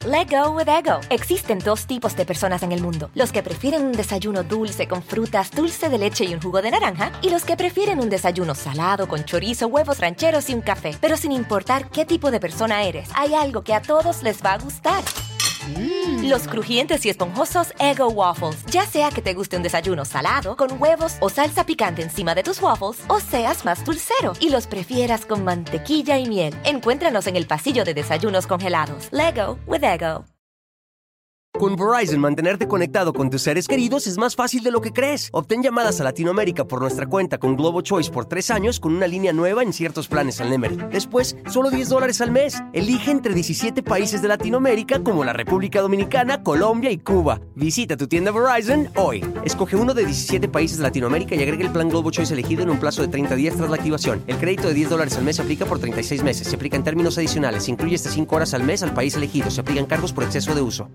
Let go with ego. Existen dos tipos de personas en el mundo. Los que prefieren un desayuno dulce con frutas, dulce de leche y un jugo de naranja. Y los que prefieren un desayuno salado con chorizo, huevos rancheros y un café. Pero sin importar qué tipo de persona eres, hay algo que a todos les va a gustar. Los crujientes y esponjosos Eggo Waffles. Ya sea que te guste un desayuno salado, con huevos o salsa picante encima de tus waffles, o seas más dulcero y los prefieras con mantequilla y miel. Encuéntranos en el pasillo de desayunos congelados. Lego with Eggo. Con Verizon, mantenerte conectado con tus seres queridos es más fácil de lo que crees. Obtén llamadas a Latinoamérica por nuestra cuenta con Globo Choice por 3 años con una línea nueva en ciertos planes al Nemery. Después, solo $10 al mes. Elige entre 17 países de Latinoamérica como la República Dominicana, Colombia y Cuba. Visita tu tienda Verizon hoy. Escoge uno de 17 países de Latinoamérica y agrega el plan Globo Choice elegido en un plazo de 30 días tras la activación. El crédito de $10 al mes se aplica por 36 meses. Se aplica en términos adicionales. Se incluye hasta 5 horas al mes al país elegido. Se aplican cargos por exceso de uso.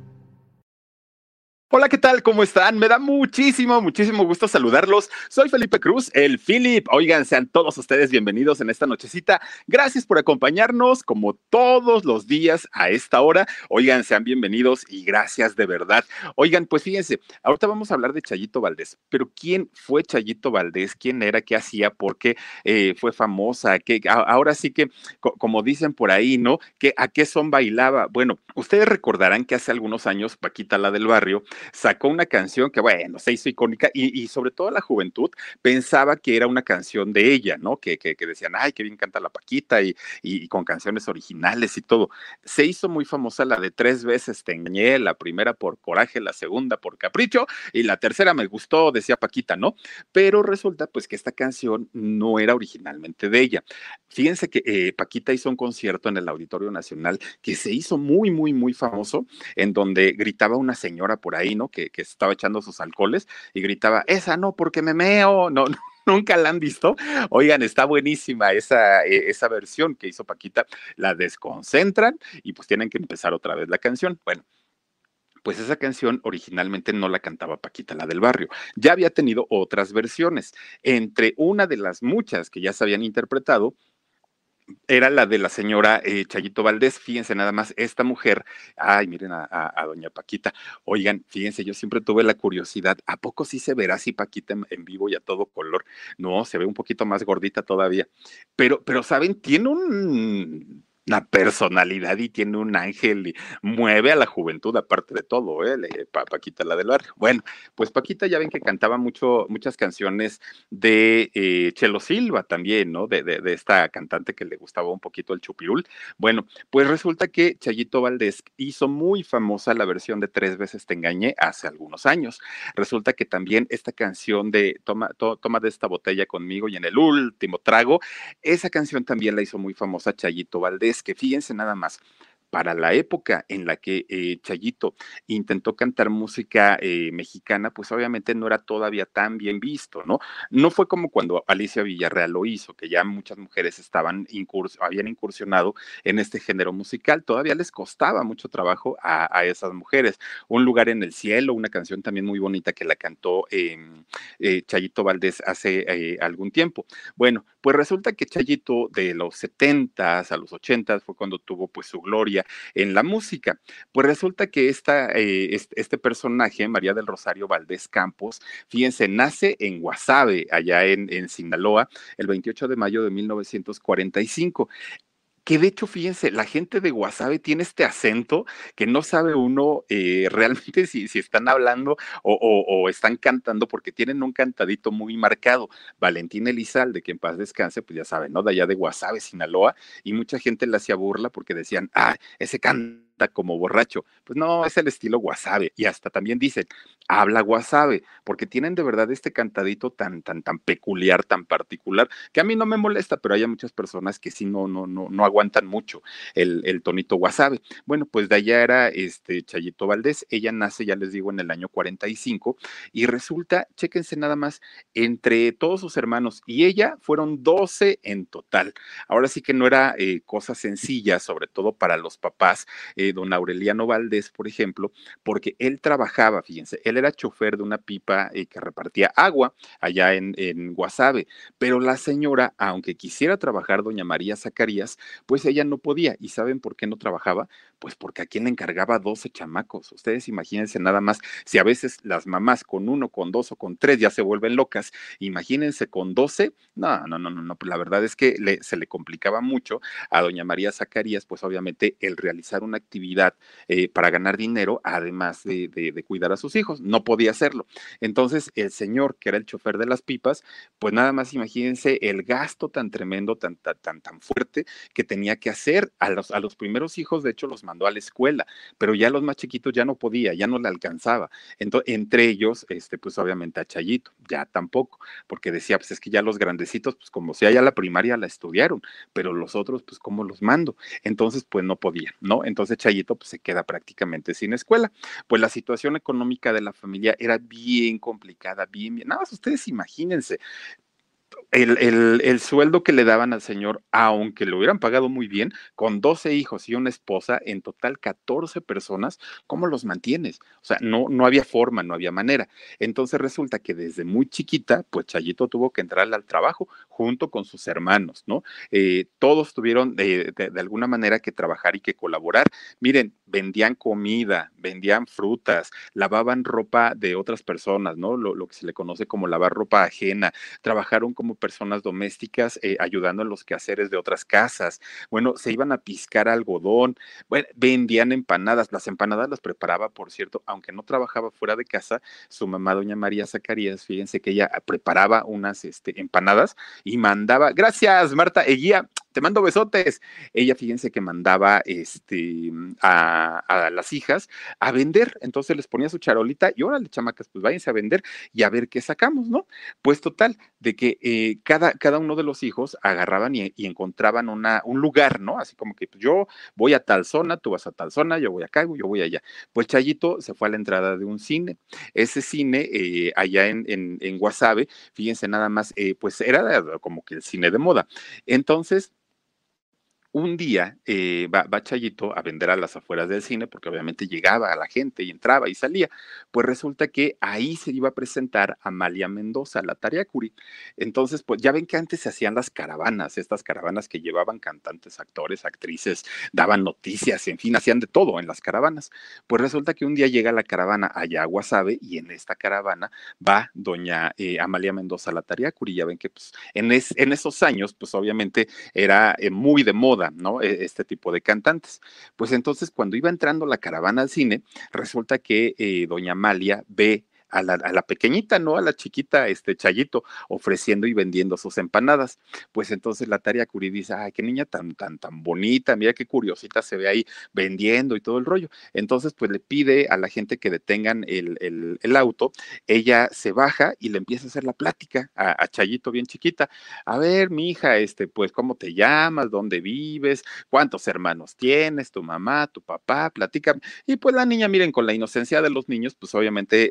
Hola, ¿qué tal? ¿Cómo están? Me da muchísimo gusto saludarlos. Soy Felipe Cruz, el Philip. Oigan, sean todos ustedes bienvenidos en esta nochecita. Gracias por acompañarnos como todos los días a esta hora. Oigan, sean bienvenidos y gracias de verdad. Oigan, pues fíjense, ahorita vamos a hablar de Chayito Valdés, pero ¿quién fue Chayito Valdés? ¿Quién era? ¿Qué hacía? ¿Por qué fue famosa? Ahora sí que, como dicen por ahí, ¿no? ¿A qué son bailaba? Bueno, ustedes recordarán que hace algunos años Paquita, la del barrio, sacó una canción que, bueno, se hizo icónica y sobre todo la juventud pensaba que era una canción de ella, ¿no? Que decían, ay, qué bien canta la Paquita y con canciones originales y todo. Se hizo muy famosa la de 3 veces te engañé, la primera por coraje, la segunda por capricho y la tercera me gustó, decía Paquita, ¿no? Pero resulta pues que esta canción no era originalmente de ella. Fíjense que Paquita hizo un concierto en el Auditorio Nacional que se hizo muy famoso, en donde gritaba una señora por ahí, ¿no? Que estaba echando sus alcoholes y gritaba, esa no, porque me meo, no, no. Nunca la han visto. Oigan, está buenísima esa versión que hizo Paquita. La desconcentran y pues tienen que empezar otra vez la canción. Bueno, pues esa canción originalmente no la cantaba Paquita, la del barrio. Ya había tenido otras versiones. Entre una de las muchas que ya se habían interpretado, era la de la señora Chayito Valdés. Fíjense nada más, esta mujer, ay, miren a doña Paquita. Oigan, fíjense, yo siempre tuve la curiosidad, ¿a poco sí se verá así Paquita en vivo y a todo color? No, se ve un poquito más gordita todavía. Pero ¿saben? Tiene una personalidad y tiene un ángel y mueve a la juventud aparte de todo, Paquita, la del barrio. Bueno, pues Paquita ya ven que cantaba muchas canciones de Chelo Silva también, ¿no? De esta cantante que le gustaba un poquito el chupirul. Bueno, pues resulta que Chayito Valdés hizo muy famosa la versión de 3 veces te engañé hace algunos años. Resulta que también esta canción de toma de esta botella conmigo y en el último trago, esa canción también la hizo muy famosa Chayito Valdés, que fíjense nada más, para la época en la que Chayito intentó cantar música mexicana, pues obviamente no era todavía tan bien visto, ¿no? No fue como cuando Alicia Villarreal lo hizo, que ya muchas mujeres habían incursionado en este género musical, todavía les costaba mucho trabajo a esas mujeres. Un lugar en el cielo, una canción también muy bonita que la cantó Chayito Valdés hace algún tiempo. Bueno, pues resulta que Chayito de los 70s a los 80s fue cuando tuvo pues su gloria en la música. Pues resulta que este personaje, María del Rosario Valdés Campos, fíjense, nace en Guasave, allá en Sinaloa, el 28 de mayo de 1945. Que de hecho, fíjense, la gente de Guasave tiene este acento que no sabe uno realmente si están hablando o están cantando, porque tienen un cantadito muy marcado. Valentín Elizalde, que en paz descanse, pues ya saben, ¿no? De allá de Guasave, Sinaloa, y mucha gente le hacía burla porque decían, ah, ese canta como borracho. Pues no, es el estilo Guasave. Y hasta también dicen, habla Guasave, porque tienen de verdad este cantadito tan peculiar, tan particular, que a mí no me molesta, pero hay muchas personas que sí no aguantan mucho el tonito Wasabi. Bueno, pues de allá era Chayito Valdés. Ella nace, ya les digo, en el año 45 y resulta, chéquense nada más, entre todos sus hermanos y ella fueron 12 en total. Ahora sí que no era cosa sencilla, sobre todo para los papás, don Aureliano Valdés, por ejemplo, porque él trabajaba, fíjense, él era chofer de una pipa que repartía agua allá en Guasave, pero la señora, aunque quisiera trabajar, doña María Zacarías, pues ella no podía. ¿Y saben por qué no trabajaba? Pues porque a quién le encargaba 12 chamacos. Ustedes imagínense nada más, si a veces las mamás con uno, con dos o con tres ya se vuelven locas, imagínense con 12, no, no, no, no, no, pues la verdad es que se le complicaba mucho a doña María Zacarías, pues obviamente el realizar una actividad para ganar dinero, además de cuidar a sus hijos, no podía hacerlo. Entonces el señor, que era el chofer de las pipas, pues nada más imagínense el gasto tan tremendo, tan fuerte que tenía que hacer. A los primeros hijos, de hecho, los mandó a la escuela, pero ya los más chiquitos ya no podía, ya no le alcanzaba. Entonces, entre ellos, pues obviamente a Chayito, ya tampoco, porque decía, pues es que ya los grandecitos, pues como sea, ya la primaria la estudiaron, pero los otros, pues ¿cómo los mando? Entonces, pues no podía, ¿no? Entonces Chayito, pues se queda prácticamente sin escuela. Pues la situación económica de la familia era bien complicada, bien, nada más ustedes imagínense, el sueldo que le daban al señor, aunque lo hubieran pagado muy bien, con 12 hijos y una esposa, en total 14 personas, ¿cómo los mantienes? O sea, no, no había forma, no había manera. Entonces resulta que desde muy chiquita, pues Chayito tuvo que entrar al trabajo junto con sus hermanos, ¿no? Todos tuvieron de alguna manera que trabajar y que colaborar. Miren, vendían comida, vendían frutas, lavaban ropa de otras personas, ¿no? Lo que se le conoce como lavar ropa ajena, trabajaron como personas domésticas ayudando en los quehaceres de otras casas. Bueno, se iban a piscar algodón, bueno, vendían empanadas. Las empanadas las preparaba, por cierto, aunque no trabajaba fuera de casa, su mamá, doña María Zacarías, fíjense que ella preparaba unas empanadas y mandaba, gracias Marta Eguía, te mando besotes. Ella, fíjense que mandaba a las hijas a vender, entonces les ponía su charolita y órale, chamacas, pues váyanse a vender y a ver qué sacamos, ¿no? Pues total, de que cada uno de los hijos agarraban y encontraban un lugar, ¿no? Así como que pues, yo voy a tal zona, tú vas a tal zona, yo voy acá, yo voy allá. Pues Chayito se fue a la entrada de un cine. Ese cine allá en Guasave, fíjense nada más, pues era como que el cine de moda. Entonces, un día va Chayito a vender a las afueras del cine, porque obviamente llegaba a la gente y entraba y salía. Pues resulta que ahí se iba a presentar Amalia Mendoza, la Tariacuri. Entonces, pues ya ven que antes se hacían las caravanas, estas caravanas que llevaban cantantes, actores, actrices, daban noticias, en fin, hacían de todo en las caravanas. Pues resulta que un día llega la caravana allá a Guasave y en esta caravana va doña Amalia Mendoza, la Tariacuri. Ya ven que pues, en esos años, pues obviamente era muy de moda, ¿no? Este tipo de cantantes. Pues entonces, cuando iba entrando la caravana al cine, resulta que doña Amalia ve a la pequeñita, ¿no? A la chiquita, Chayito, ofreciendo y vendiendo sus empanadas. Pues entonces la Taria Curi dice, ay, qué niña tan bonita, mira qué curiosita se ve ahí vendiendo y todo el rollo. Entonces, pues le pide a la gente que detengan el auto, ella se baja y le empieza a hacer la plática a Chayito bien chiquita. A ver, mi hija, pues, ¿cómo te llamas? ¿Dónde vives? ¿Cuántos hermanos tienes? ¿Tu mamá? ¿Tu papá? Platícame. Y pues la niña, miren, con la inocencia de los niños, pues obviamente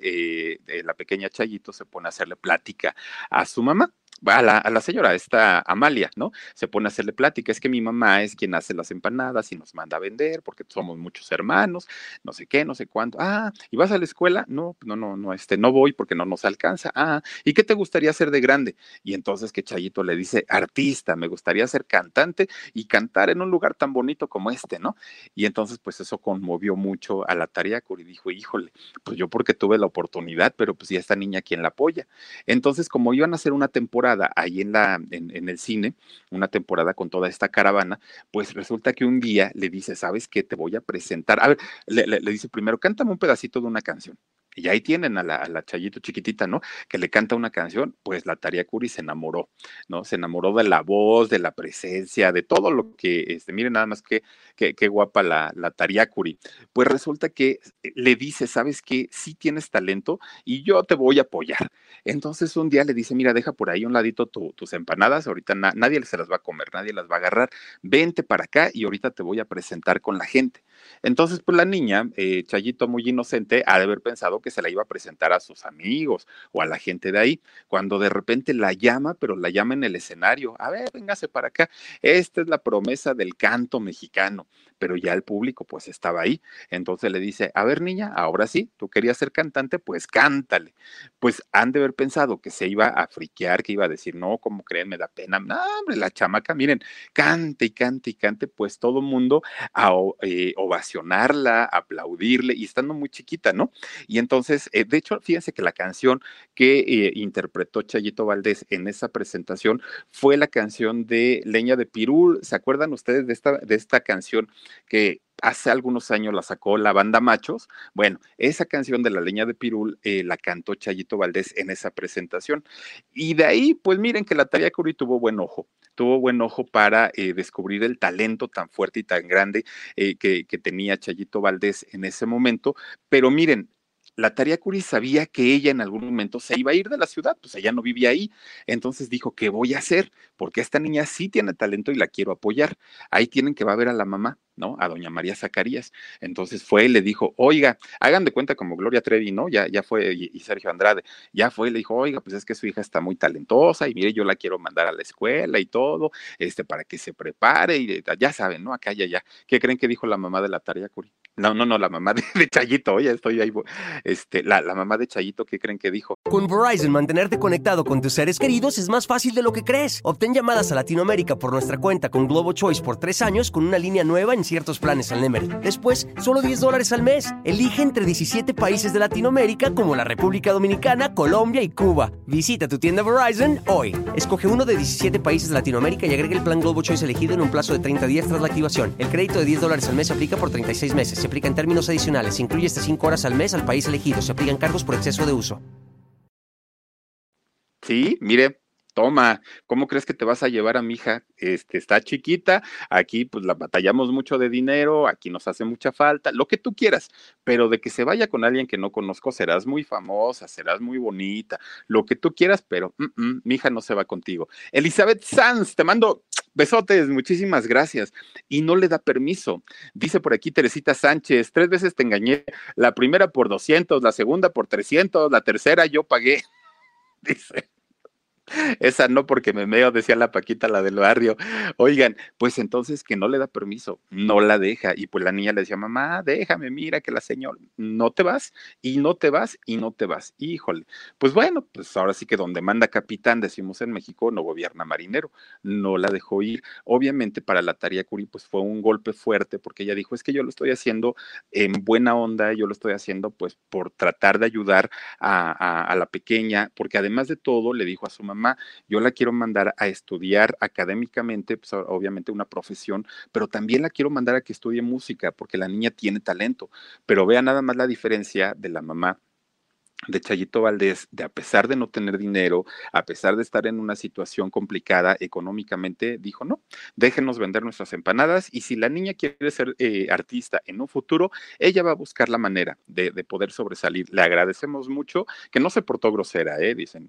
la pequeña Chayito se pone a hacerle plática a su mamá. A la señora, esta Amalia, ¿no? Se pone a hacerle plática, es que mi mamá es quien hace las empanadas y nos manda a vender porque somos muchos hermanos, no sé qué, no sé cuánto. Ah, ¿y vas a la escuela? No, no, no, no, no voy porque no nos alcanza. Ah, ¿y qué te gustaría hacer de grande? Y entonces que Chayito le dice, artista, me gustaría ser cantante y cantar en un lugar tan bonito como este, ¿no? Y entonces pues eso conmovió mucho a la Tariacuri y dijo, híjole, pues yo porque tuve la oportunidad, pero pues ya esta niña quien la apoya. Entonces como iban a hacer una temporada ahí en el cine, una temporada con toda esta caravana, pues resulta que un día le dice, ¿sabes qué? Te voy a presentar. A ver, le dice primero, cántame un pedacito de una canción. Y ahí tienen a la Chayito chiquitita, ¿no? Que le canta una canción, pues la Tariacuri se enamoró, ¿no? Se enamoró de la voz, de la presencia, de todo lo que, miren nada más qué guapa la Tariacuri. Pues resulta que le dice, ¿sabes qué? Sí tienes talento y yo te voy a apoyar. Entonces un día le dice, mira, deja por ahí un ladito tus empanadas, ahorita nadie se las va a comer, nadie las va a agarrar, vente para acá y ahorita te voy a presentar con la gente. Entonces, pues la niña, Chayito muy inocente, ha de haber pensado que se la iba a presentar a sus amigos o a la gente de ahí, cuando de repente la llama, pero la llama en el escenario, a ver, véngase para acá, esta es la promesa del canto mexicano. pero ya el público pues estaba ahí. Entonces le dice, a ver niña, ahora sí, tú querías ser cantante, pues cántale. Pues han de haber pensado que se iba a friquear, que iba a decir, no, ¿cómo creen? Me da pena. No, hombre, la chamaca, miren, cante y cante y cante, pues todo mundo a ovacionarla, aplaudirle, y estando muy chiquita, ¿no? Y entonces, de hecho, fíjense que la canción que interpretó Chayito Valdés en esa presentación fue la canción de Leña de Pirul. ¿Se acuerdan ustedes de esta canción que hace algunos años la sacó la banda Machos? Bueno, esa canción de La Leña de Pirul la cantó Chayito Valdés en esa presentación. Y de ahí, pues miren que la Tarea Curi tuvo buen ojo para descubrir el talento tan fuerte y tan grande que tenía Chayito Valdés en ese momento. Pero miren, la Tarea Curi sabía que ella en algún momento se iba a ir de la ciudad, pues ella no vivía ahí. Entonces dijo, ¿qué voy a hacer? Porque esta niña sí tiene talento y la quiero apoyar. Ahí tienen que va a ver a la mamá, ¿no? A doña María Zacarías. Entonces fue y le dijo, oiga, hagan de cuenta como Gloria Trevi, ¿no? Ya fue, y Sergio Andrade, ya fue y le dijo, oiga, pues es que su hija está muy talentosa y mire, yo la quiero mandar a la escuela y todo, para que se prepare y ya saben, ¿no? Acá, ya. ¿Qué creen que dijo la mamá de la Tarea Curi? No, la mamá de Chayito, oye, estoy ahí, la mamá de Chayito, ¿qué creen que dijo? Con Verizon, mantenerte conectado con tus seres queridos es más fácil de lo que crees. Obtén llamadas a Latinoamérica por nuestra cuenta con Globo Choice por 3 años con una línea nueva en ciertos planes al Nemery. Después, solo $10 al mes. Elige entre 17 países de Latinoamérica como la República Dominicana, Colombia y Cuba. Visita tu tienda Verizon hoy. Escoge uno de 17 países de Latinoamérica y agrega el plan Globo Choice elegido en un plazo de 30 días tras la activación. El crédito de $10 al mes se aplica por 36 meses. Se aplica en términos adicionales. Se incluye hasta 5 horas al mes al país elegido. Se aplican cargos por exceso de uso. Sí, mire, toma, ¿cómo crees que te vas a llevar a mi hija? Está chiquita, aquí pues la batallamos mucho de dinero, aquí nos hace mucha falta, lo que tú quieras, pero de que se vaya con alguien que no conozco, serás muy famosa, serás muy bonita, lo que tú quieras, pero mi hija no se va contigo. Elizabeth Sanz, te mando besotes, muchísimas gracias. Y no le da permiso. Dice por aquí Teresita Sánchez, 3 veces te engañé, la primera por 200, la segunda por 300, la tercera yo pagué. Dice, esa no porque me meo, decía la Paquita, la del barrio. Oigan, pues entonces que no le da permiso, no la deja. Y pues la niña le decía, mamá, déjame, mira que la señora, no te vas, y no te vas, y no te vas. Híjole, pues bueno, pues ahora sí que donde manda capitán, decimos en México, no gobierna marinero. No la dejó ir. Obviamente para la Tarea Curi, pues fue un golpe fuerte, porque ella dijo, es que yo lo estoy haciendo en buena onda, yo lo estoy haciendo pues por tratar de ayudar a la pequeña, porque además de todo le dijo a su mamá, yo la quiero mandar a estudiar académicamente, pues obviamente una profesión, pero también la quiero mandar a que estudie música, porque la niña tiene talento, pero vea nada más la diferencia de la mamá de Chayito Valdés, de a pesar de no tener dinero, a pesar de estar en una situación complicada económicamente, dijo, no, déjenos vender nuestras empanadas y si la niña quiere ser artista en un futuro, ella va a buscar la manera de poder sobresalir. Le agradecemos mucho, que no se portó grosera, dicen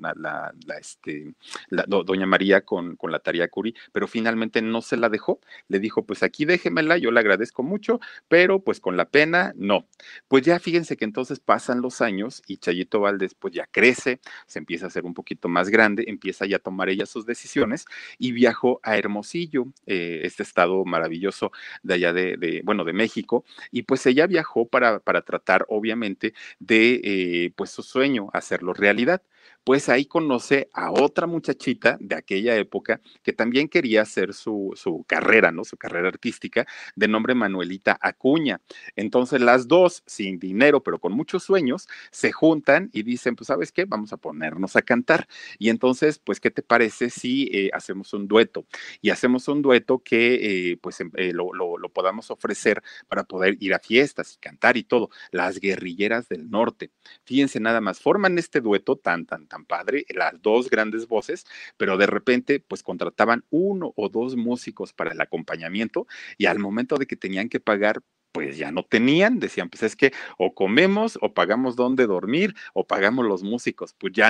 doña María con la Tarea Curi, pero finalmente no se la dejó, le dijo, pues aquí déjemela, yo le agradezco mucho, pero pues con la pena, no. Pues ya fíjense que entonces pasan los años y Chayito Valdés pues ya crece, se empieza a hacer un poquito más grande, empieza ya a tomar ella sus decisiones y viajó a Hermosillo, este estado maravilloso de allá bueno, de México, y pues ella viajó para tratar obviamente de pues su sueño, hacerlo realidad. Pues ahí conoce a otra muchachita de aquella época que también quería hacer su carrera, ¿no? Su carrera artística, de nombre Manuelita Acuña. Entonces las dos, sin dinero, pero con muchos sueños, se juntan y dicen, pues, ¿sabes qué? Vamos a ponernos a cantar. Y entonces, pues, ¿qué te parece si hacemos un dueto? Y hacemos un dueto que, pues, lo podamos ofrecer para poder ir a fiestas y cantar y todo. Las Guerrilleras del Norte. Fíjense nada más, forman este dueto tan padre, las dos grandes voces, pero de repente, pues, contrataban 1 o 2 músicos para el acompañamiento y al momento de que tenían que pagar, pues ya no tenían, decían, pues es que o comemos o pagamos dónde dormir o pagamos los músicos, pues ya no.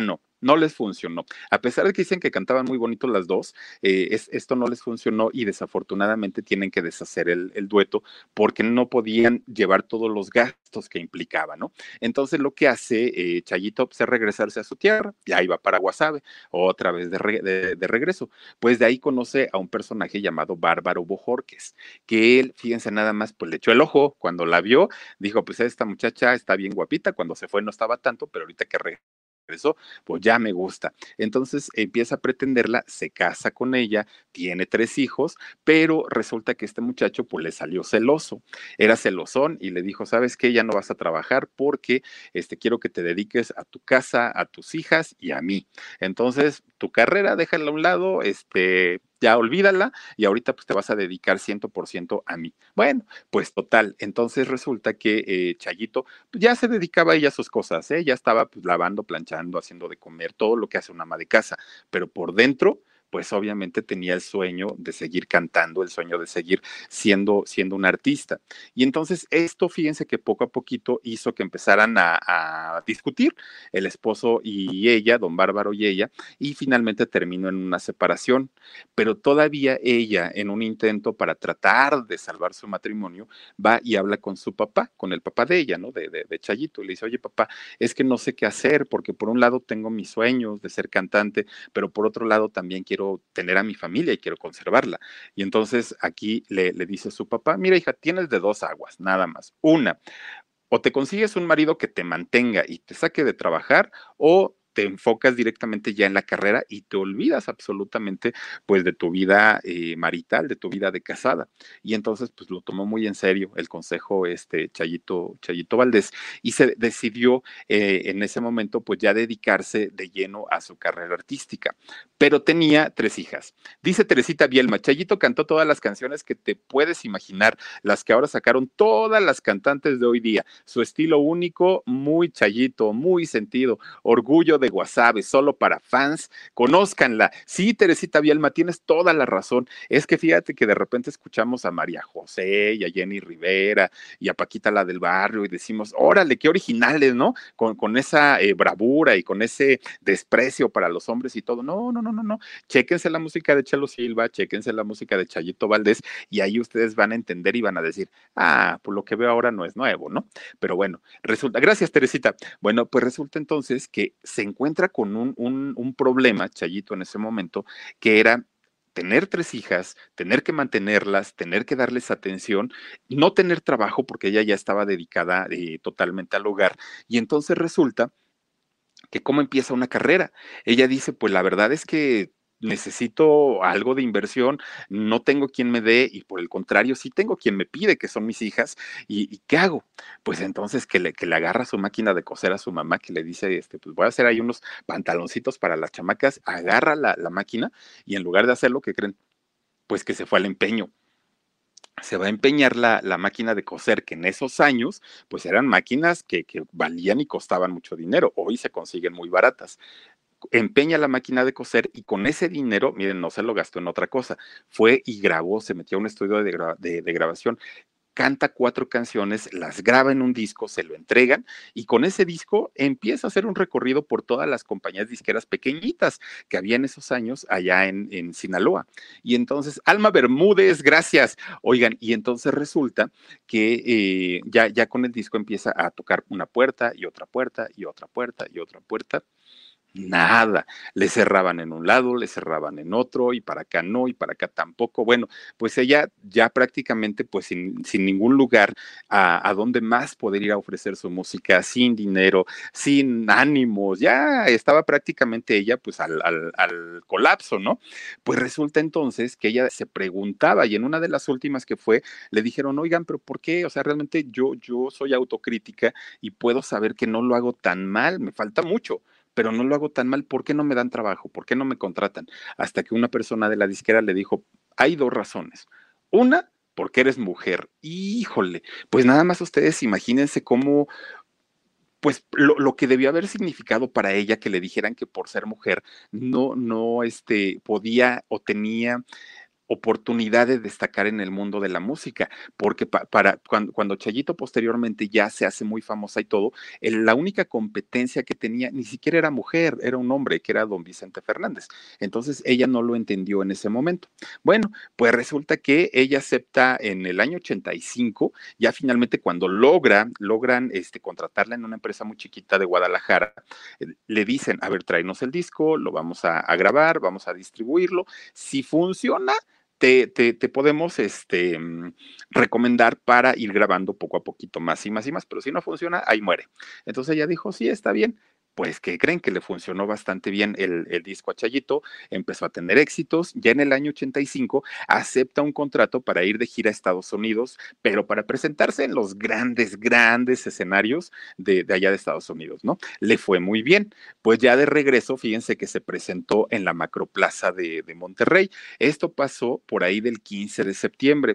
No les funcionó. A pesar de que dicen que cantaban muy bonito las dos, esto no les funcionó y desafortunadamente tienen que deshacer el dueto porque no podían llevar todos los gastos que implicaba, ¿no? Entonces lo que hace Chayito pues, es regresarse a su tierra, ya iba para Guasave, otra vez de regreso. Pues de ahí conoce a un personaje llamado Bárbaro Bojorques, que él, fíjense nada más, pues le echó el ojo cuando la vio, dijo, pues esta muchacha está bien guapita, cuando se fue no estaba tanto, pero ahorita que regresó, pues ya me gusta. Entonces empieza a pretenderla, se casa con ella, tiene 3 hijos, pero resulta que este muchacho pues le salió celoso, era celosón y le dijo, ¿sabes qué? Ya no vas a trabajar porque quiero que te dediques a tu casa, a tus hijas y a mí. Entonces, tu carrera déjala a un lado, ya olvídala y ahorita pues te vas a dedicar 100% a mí. Bueno, pues total, entonces resulta que Chayito pues, ya se dedicaba ella a sus cosas, ¿eh? Ya estaba pues, lavando, planchando, haciendo de comer, todo lo que hace una ama de casa, pero por dentro pues obviamente tenía el sueño de seguir cantando, el sueño de seguir siendo un artista. Y entonces esto, fíjense que poco a poquito hizo que empezaran a discutir el esposo y ella, don Bárbaro y ella, y finalmente terminó en una separación. Pero todavía ella, en un intento para tratar de salvar su matrimonio, va y habla con su papá, con el papá de ella, ¿no? De Chayito, y le dice, oye papá, es que no sé qué hacer, porque por un lado tengo mis sueños de ser cantante, pero por otro lado también quiero tener a mi familia y quiero conservarla. Y entonces aquí le dice a su papá, mira hija, tienes de dos aguas, nada más. Una, o te consigues un marido que te mantenga y te saque de trabajar, o te enfocas directamente ya en la carrera y te olvidas absolutamente pues de tu vida marital, de tu vida de casada. Y entonces pues lo tomó muy en serio el consejo Chayito Valdés y se decidió en ese momento pues ya dedicarse de lleno a su carrera artística. Pero tenía 3 hijas. Dice Teresita Bielma, Chayito cantó todas las canciones que te puedes imaginar, las que ahora sacaron todas las cantantes de hoy día. Su estilo único, muy Chayito, muy sentido, orgullo de Guasave, solo para fans, conózcanla. Sí, Teresita Bielma, tienes toda la razón. Es que fíjate que de repente escuchamos a María José y a Jenny Rivera y a Paquita la del barrio y decimos, órale, qué originales, ¿no? Con esa bravura y con ese desprecio para los hombres y todo. No, no, no, no, no. Chéquense la música de Chelo Silva, chéquense la música de Chayito Valdés y ahí ustedes van a entender y van a decir, ah, pues lo que veo ahora no es nuevo, ¿no? Pero bueno, resulta, gracias Teresita. Bueno, pues resulta entonces que se encuentra con un problema, Chayito, en ese momento, que era tener 3 hijas, tener que mantenerlas, tener que darles atención, no tener trabajo porque ella ya estaba dedicada totalmente al hogar. Y entonces resulta que cómo empieza una carrera. Ella dice, pues la verdad es que necesito algo de inversión, no tengo quien me dé y por el contrario, sí tengo quien me pide, que son mis hijas, y ¿qué hago? Pues entonces que le agarra su máquina de coser a su mamá, que le dice, pues voy a hacer ahí unos pantaloncitos para las chamacas, agarra la máquina y en lugar de hacerlo, ¿qué creen? Pues que se fue al empeño, se va a empeñar la máquina de coser, que en esos años, pues eran máquinas que valían y costaban mucho dinero. Hoy se consiguen muy baratas. Empeña la máquina de coser y con ese dinero, miren, no se lo gastó en otra cosa. Fue y grabó, se metió a un estudio de grabación, canta 4 canciones, las graba en un disco, se lo entregan y con ese disco empieza a hacer un recorrido por todas las compañías disqueras pequeñitas que había en esos años allá en Sinaloa. Y entonces, Alma Bermúdez, gracias. Oigan, y entonces resulta que ya con el disco empieza a tocar una puerta y otra puerta y otra puerta y otra puerta. Nada, le cerraban en un lado, le cerraban en otro, y para acá no, y para acá tampoco. Bueno, pues ella ya prácticamente, pues sin ningún lugar a donde más poder ir a ofrecer su música, sin dinero, sin ánimos, ya estaba prácticamente ella pues al colapso, ¿no? Pues resulta entonces que ella se preguntaba, y en una de las últimas que fue, le dijeron, oigan, pero ¿por qué? O sea, realmente yo soy autocrítica y puedo saber que no lo hago tan mal, me falta mucho, pero no lo hago tan mal, ¿por qué no me dan trabajo? ¿Por qué no me contratan? Hasta que una persona de la disquera le dijo, hay 2 razones. Una, porque eres mujer. Híjole, pues nada más ustedes imagínense cómo, pues lo que debió haber significado para ella que le dijeran que por ser mujer no podía o tenía oportunidad de destacar en el mundo de la música, porque cuando Chayito posteriormente ya se hace muy famosa y todo, la única competencia que tenía ni siquiera era mujer, era un hombre, que era don Vicente Fernández. Entonces ella no lo entendió en ese momento. Bueno, pues resulta que ella acepta en el año 85, ya finalmente cuando logran contratarla en una empresa muy chiquita de Guadalajara, le dicen, a ver, tráenos el disco, lo vamos a grabar, vamos a distribuirlo, si funciona, te podemos recomendar para ir grabando poco a poquito más y más y más, pero si no funciona, ahí muere. Entonces ella dijo, sí, está bien. Pues que creen que le funcionó bastante bien el disco a Chayito, empezó a tener éxitos, ya en el año 85 acepta un contrato para ir de gira a Estados Unidos, pero para presentarse en los grandes, grandes escenarios de allá de Estados Unidos, ¿no? Le fue muy bien, pues ya de regreso, fíjense que se presentó en la Macroplaza de Monterrey. Esto pasó por ahí del 15 de septiembre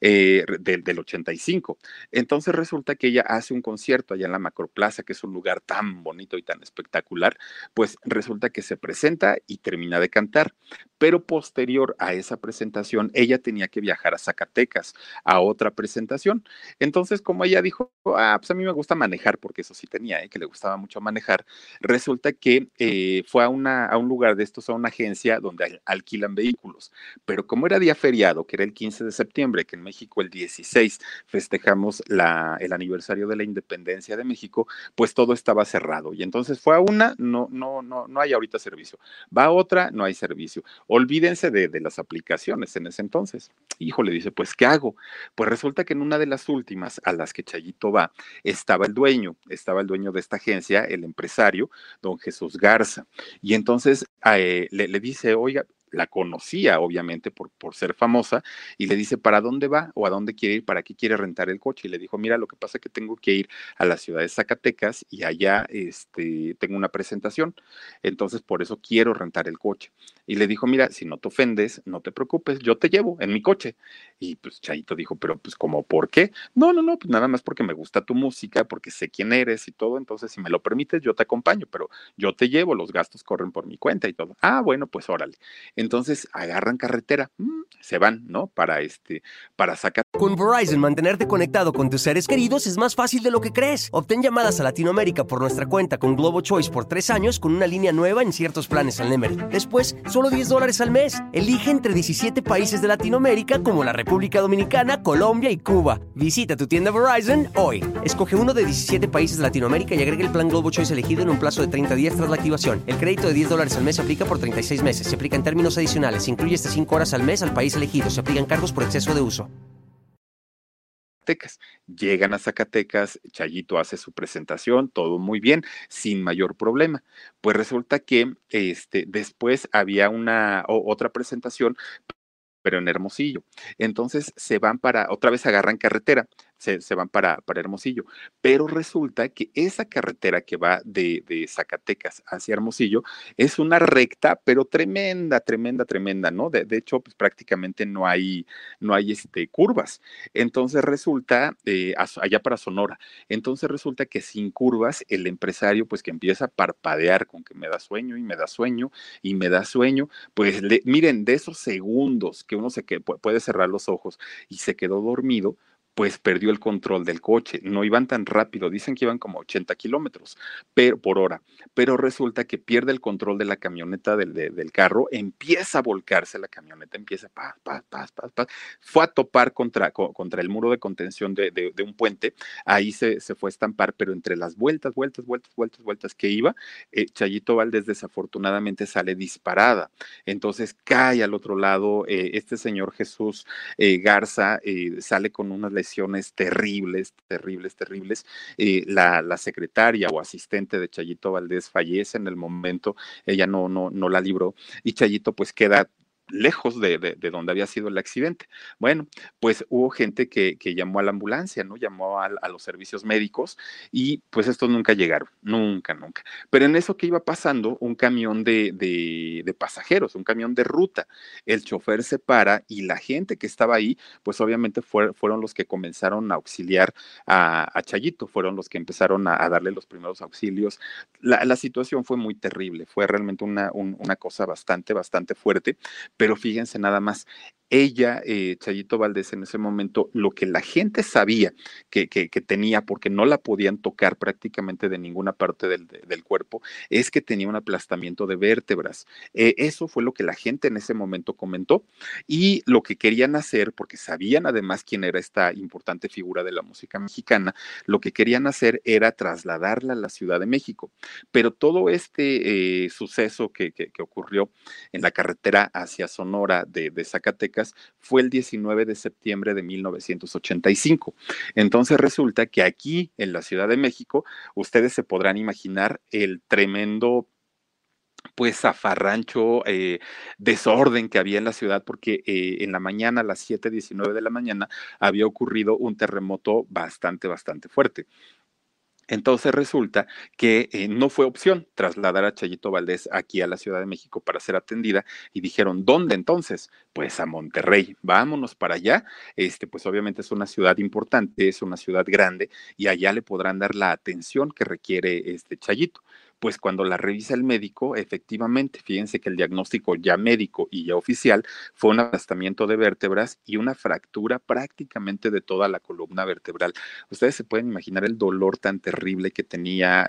del 85. Entonces resulta que ella hace un concierto allá en la Macroplaza, que es un lugar tan bonito y tan espectacular, pues resulta que se presenta y termina de cantar. Pero posterior a esa presentación, ella tenía que viajar a Zacatecas a otra presentación. Entonces, como ella dijo, pues a mí me gusta manejar, porque eso sí tenía, que le gustaba mucho manejar, resulta que fue a un lugar de estos, a una agencia donde alquilan vehículos. Pero como era día feriado, que era el 15 de septiembre, que en México el 16 festejamos el aniversario de la independencia de México, pues todo estaba cerrado. Y entonces fue a una, no hay ahorita servicio. Va a otra, no hay servicio. Olvídense de las aplicaciones en ese entonces. Híjole, dice, pues, ¿qué hago? Pues resulta que en una de las últimas a las que Chayito va, estaba el dueño de esta agencia, el empresario, don Jesús Garza. Y entonces le dice, oiga, la conocía obviamente por ser famosa, y le dice, ¿para dónde va o a dónde quiere ir? ¿Para qué quiere rentar el coche? Y le dijo, mira, lo que pasa es que tengo que ir a la ciudad de Zacatecas y allá tengo una presentación, entonces por eso quiero rentar el coche. Y le dijo, mira, si no te ofendes, no te preocupes, yo te llevo en mi coche. Y pues Chayito dijo, pero pues ¿cómo por qué? No, pues nada más porque me gusta tu música, porque sé quién eres y todo, entonces si me lo permites, yo te acompaño, pero yo te llevo, los gastos corren por mi cuenta y todo. Ah, bueno, pues órale. Entonces agarran carretera, se van, ¿no? Para sacar. Con Verizon, mantenerte conectado con tus seres queridos es más fácil de lo que crees. Obtén llamadas a Latinoamérica por nuestra cuenta con Globo Choice por 3 años con una línea nueva en ciertos planes al Nemery. Después, solo $10 al mes. Elige entre 17 países de Latinoamérica como la República Dominicana, Colombia y Cuba. Visita tu tienda Verizon hoy. Escoge uno de 17 países de Latinoamérica y agrega el plan Globo Choice elegido en un plazo de 30 días tras la activación. El crédito de $10 al mes se aplica por 36 meses. Se aplica en términos adicionales. Se incluye hasta 5 horas al mes al país elegido. Se aplican cargos por exceso de uso. Zacatecas. Llegan a Zacatecas, Chayito hace su presentación, todo muy bien, sin mayor problema. Pues resulta que después había otra presentación, pero en Hermosillo. Entonces se van otra vez agarran carretera, se van para Hermosillo. Pero resulta que esa carretera que va de Zacatecas hacia Hermosillo es una recta, pero tremenda, tremenda, tremenda, ¿no? De hecho, pues prácticamente no hay curvas. Entonces resulta, allá para Sonora, entonces resulta que sin curvas, el empresario, pues que empieza a parpadear con que me da sueño y me da sueño y me da sueño, pues miren, de esos segundos que uno puede cerrar los ojos y se quedó dormido, pues perdió el control del coche. No iban tan rápido, dicen que iban como 80 kilómetros por hora, pero resulta que pierde el control de la camioneta del carro, empieza a volcarse la camioneta, empieza paz, paz, paz, paz, paz. Fue a topar contra el muro de contención de un puente, ahí se fue a estampar, pero entre las vueltas que iba, Chayito Valdés desafortunadamente sale disparada. Entonces cae al otro lado, este señor Jesús Garza sale con unas lesiones terribles, terribles, terribles. La secretaria o asistente de Chayito Valdés fallece en el momento, ella no la libró, y Chayito pues queda lejos de donde había sido el accidente. Bueno, pues hubo gente que llamó a la ambulancia, ¿no? Llamó a los servicios médicos y pues estos nunca llegaron, nunca. Pero en eso que iba pasando, un camión de pasajeros, un camión de ruta, el chofer se para y la gente que estaba ahí, pues obviamente fueron los que comenzaron a auxiliar a Chayito, fueron los que empezaron a darle los primeros auxilios. La situación fue muy terrible, fue realmente una cosa bastante, bastante fuerte. Pero fíjense nada más, ella, Chayito Valdés, en ese momento, lo que la gente sabía que tenía, porque no la podían tocar prácticamente de ninguna parte del cuerpo, es que tenía un aplastamiento de vértebras. Eso fue lo que la gente en ese momento comentó y lo que querían hacer, porque sabían además quién era esta importante figura de la música mexicana, lo que querían hacer era trasladarla a la Ciudad de México. Pero todo este suceso que ocurrió en la carretera hacia Sonora de Zacatecas fue el 19 de septiembre de 1985. Entonces resulta que aquí en la Ciudad de México, ustedes se podrán imaginar el tremendo pues zafarrancho, desorden que había en la ciudad, porque en la mañana, a las 7:19 de la mañana, había ocurrido un terremoto bastante, bastante fuerte. Entonces resulta que no fue opción trasladar a Chayito Valdés aquí a la Ciudad de México para ser atendida y dijeron, ¿dónde entonces? Pues a Monterrey, vámonos para allá. Pues obviamente es una ciudad importante, es una ciudad grande y allá le podrán dar la atención que requiere este Chayito. Pues cuando la revisa el médico, efectivamente, fíjense que el diagnóstico ya médico y ya oficial fue un aplastamiento de vértebras y una fractura prácticamente de toda la columna vertebral. Ustedes se pueden imaginar el dolor tan terrible que tenía,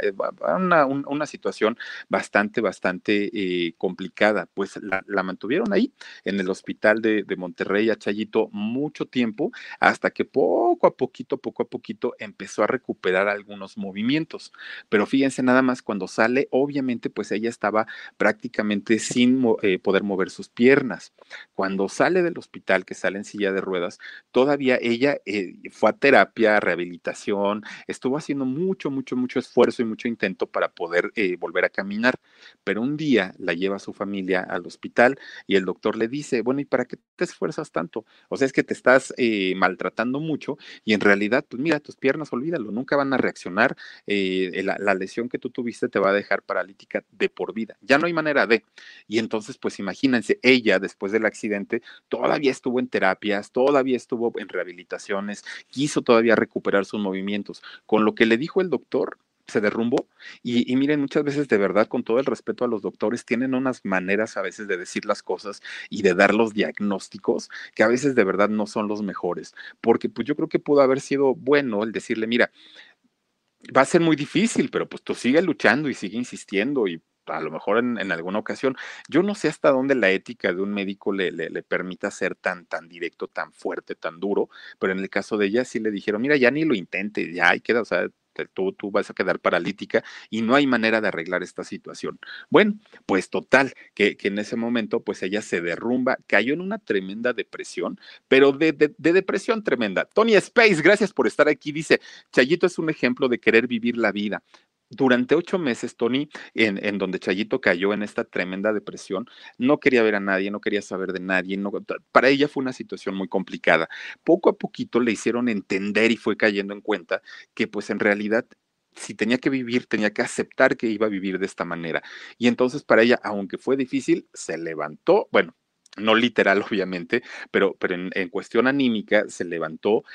una situación bastante, bastante complicada. Pues la mantuvieron ahí en el hospital de Monterrey a Chayito mucho tiempo, hasta que poco a poquito empezó a recuperar algunos movimientos. Pero fíjense nada más, cuando sale, obviamente, pues ella estaba prácticamente sin poder mover sus piernas. Cuando sale del hospital, que sale en silla de ruedas, todavía ella fue a terapia, rehabilitación, estuvo haciendo mucho, mucho, mucho esfuerzo y mucho intento para poder volver a caminar, pero un día la lleva a su familia al hospital y el doctor le dice, bueno, ¿y para qué te esfuerzas tanto? O sea, es que te estás maltratando mucho y en realidad, pues mira, tus piernas, olvídalo, nunca van a reaccionar, la lesión que tú tuviste te va a dejar paralítica de por vida, ya no hay manera de. Y entonces, pues imagínense, ella después del accidente todavía estuvo en terapias, todavía estuvo en rehabilitaciones, quiso todavía recuperar sus movimientos. Con lo que le dijo el doctor, se derrumbó. Y miren, muchas veces de verdad, con todo el respeto a los doctores, tienen unas maneras a veces de decir las cosas y de dar los diagnósticos que a veces de verdad no son los mejores. Porque pues yo creo que pudo haber sido bueno el decirle, mira, va a ser muy difícil, pero pues tú sigue luchando y sigue insistiendo y a lo mejor en alguna ocasión, yo no sé hasta dónde la ética de un médico le permita ser tan directo, tan fuerte, tan duro, pero en el caso de ella sí le dijeron, mira, ya ni lo intente, ya ahí queda, o sea, tú vas a quedar paralítica y no hay manera de arreglar esta situación. Bueno, pues total, que en ese momento pues ella se derrumba, cayó en una tremenda depresión, pero de depresión tremenda. Tony Space, gracias por estar aquí, dice, Chayito es un ejemplo de querer vivir la vida. Durante 8 meses, Tony, en donde Chayito cayó en esta tremenda depresión, no quería ver a nadie, no quería saber de nadie, no, para ella fue una situación muy complicada. Poco a poquito le hicieron entender y fue cayendo en cuenta que pues en realidad si tenía que vivir, tenía que aceptar que iba a vivir de esta manera. Y entonces para ella, aunque fue difícil, se levantó, bueno, no literal, obviamente, pero en cuestión anímica se levantó,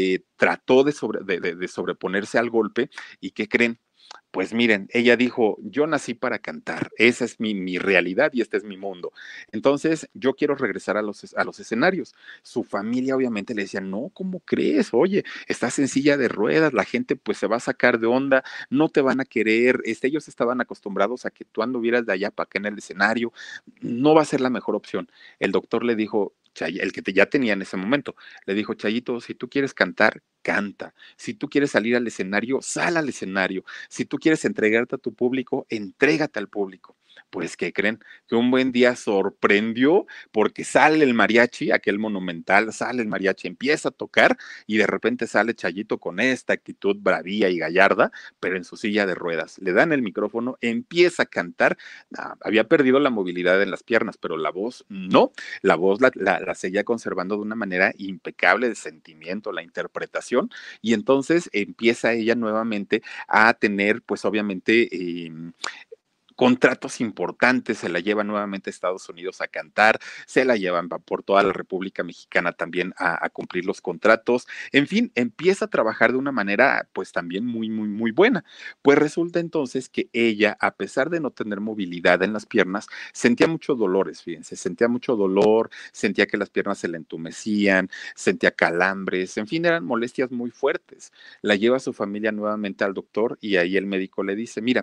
trató de sobreponerse al golpe y ¿qué creen? Pues miren, ella dijo, yo nací para cantar, esa es mi realidad y este es mi mundo. Entonces, yo quiero regresar a los escenarios. Su familia obviamente le decía, no, ¿cómo crees? Oye, estás en silla de ruedas, la gente pues se va a sacar de onda, no te van a querer, ellos estaban acostumbrados a que tú anduvieras de allá para acá en el escenario, no va a ser la mejor opción. El doctor le dijo, el que ya tenía en ese momento, le dijo, Chayito, si tú quieres cantar, canta. Si tú quieres salir al escenario, sal al escenario. Si tú quieres entregarte a tu público, entrégate al público. Pues, ¿qué creen? Que un buen día sorprendió porque sale el mariachi, aquel monumental, sale el mariachi, empieza a tocar y de repente sale Chayito con esta actitud bravía y gallarda, pero en su silla de ruedas. Le dan el micrófono, empieza a cantar. Había perdido la movilidad en las piernas, pero la voz no. La voz la seguía conservando de una manera impecable de sentimiento, la interpretación, y entonces empieza ella nuevamente a tener, pues obviamente, contratos importantes, se la lleva nuevamente a Estados Unidos a cantar, se la llevan por toda la República Mexicana también a cumplir los contratos, en fin, empieza a trabajar de una manera pues también muy buena. Pues resulta entonces que ella, a pesar de no tener movilidad en las piernas, sentía muchos dolores, fíjense, sentía mucho dolor, sentía que las piernas se le entumecían, sentía calambres, en fin, eran molestias muy fuertes. La lleva a su familia nuevamente al doctor y ahí el médico le dice, mira,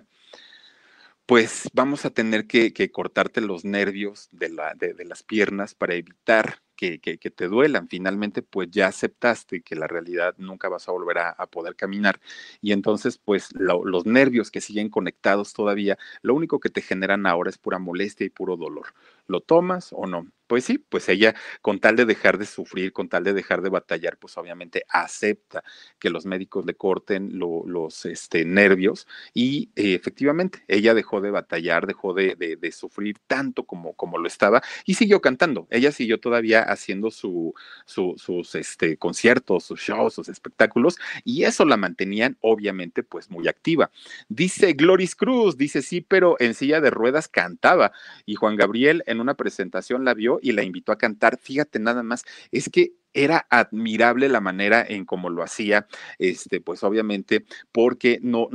pues vamos a tener que cortarte los nervios de las piernas para evitar que te duelan. Finalmente, pues ya aceptaste que la realidad nunca vas a volver a poder caminar y entonces, pues los nervios que siguen conectados todavía, lo único que te generan ahora es pura molestia y puro dolor. ¿Lo tomas o no? Pues sí, pues ella con tal de dejar de sufrir, con tal de dejar de batallar, pues obviamente acepta que los médicos le corten los nervios y efectivamente ella dejó de batallar, dejó de sufrir tanto como lo estaba y siguió cantando. Ella siguió todavía haciendo sus conciertos, sus shows, sus espectáculos y eso la mantenían obviamente pues muy activa. Dice Gloris Cruz, dice sí, pero en silla de ruedas cantaba y Juan Gabriel en una presentación la vio y la invitó a cantar. Fíjate nada más, es que era admirable la manera en cómo lo hacía, pues obviamente, porque no,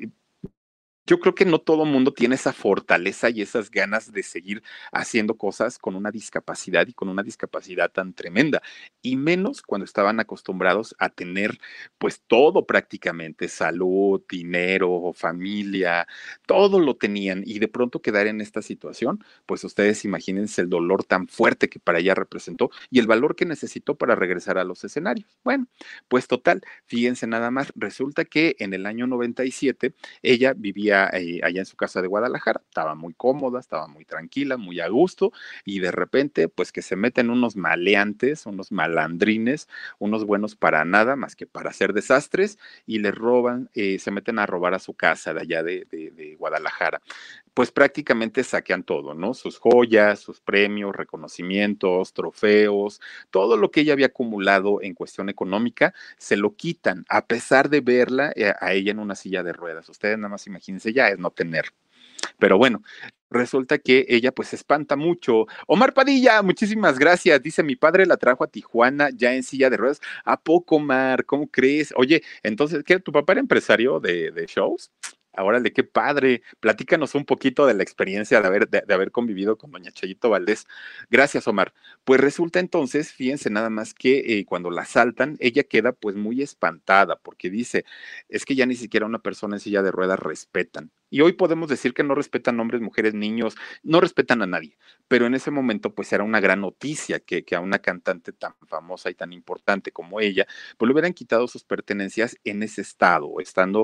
yo creo que no todo mundo tiene esa fortaleza y esas ganas de seguir haciendo cosas con una discapacidad y con una discapacidad tan tremenda, y menos cuando estaban acostumbrados a tener pues todo prácticamente, salud, dinero, familia, todo lo tenían y de pronto quedar en esta situación, pues ustedes imagínense el dolor tan fuerte que para ella representó y el valor que necesitó para regresar a los escenarios. Bueno, pues total, fíjense nada más, resulta que en el año 97 ella vivía allá en su casa de Guadalajara, estaba muy cómoda, estaba muy tranquila, muy a gusto, y de repente, pues que se meten unos maleantes, unos malandrines, unos buenos para nada, más que para hacer desastres, y le roban, se meten a robar a su casa de allá de Guadalajara. Pues prácticamente saquean todo, ¿no? Sus joyas, sus premios, reconocimientos, trofeos, todo lo que ella había acumulado en cuestión económica, se lo quitan, a pesar de verla a ella en una silla de ruedas. Ustedes nada más imagínense, ya es no tener. Pero bueno, resulta que ella pues se espanta mucho. Omar Padilla, muchísimas gracias. Dice, mi padre la trajo a Tijuana ya en silla de ruedas. ¿A poco, Omar? ¿Cómo crees? Oye, entonces, ¿qué? ¿Tu papá era empresario de shows? Órale, qué padre. Platícanos un poquito de la experiencia de haber convivido con doña Chayito Valdés. Gracias, Omar. Pues resulta entonces, fíjense nada más que cuando la asaltan, ella queda pues muy espantada porque dice, es que ya ni siquiera una persona en silla de ruedas respetan. Y hoy podemos decir que no respetan hombres, mujeres, niños, no respetan a nadie. Pero en ese momento pues era una gran noticia que a una cantante tan famosa y tan importante como ella, pues le hubieran quitado sus pertenencias en ese estado, estando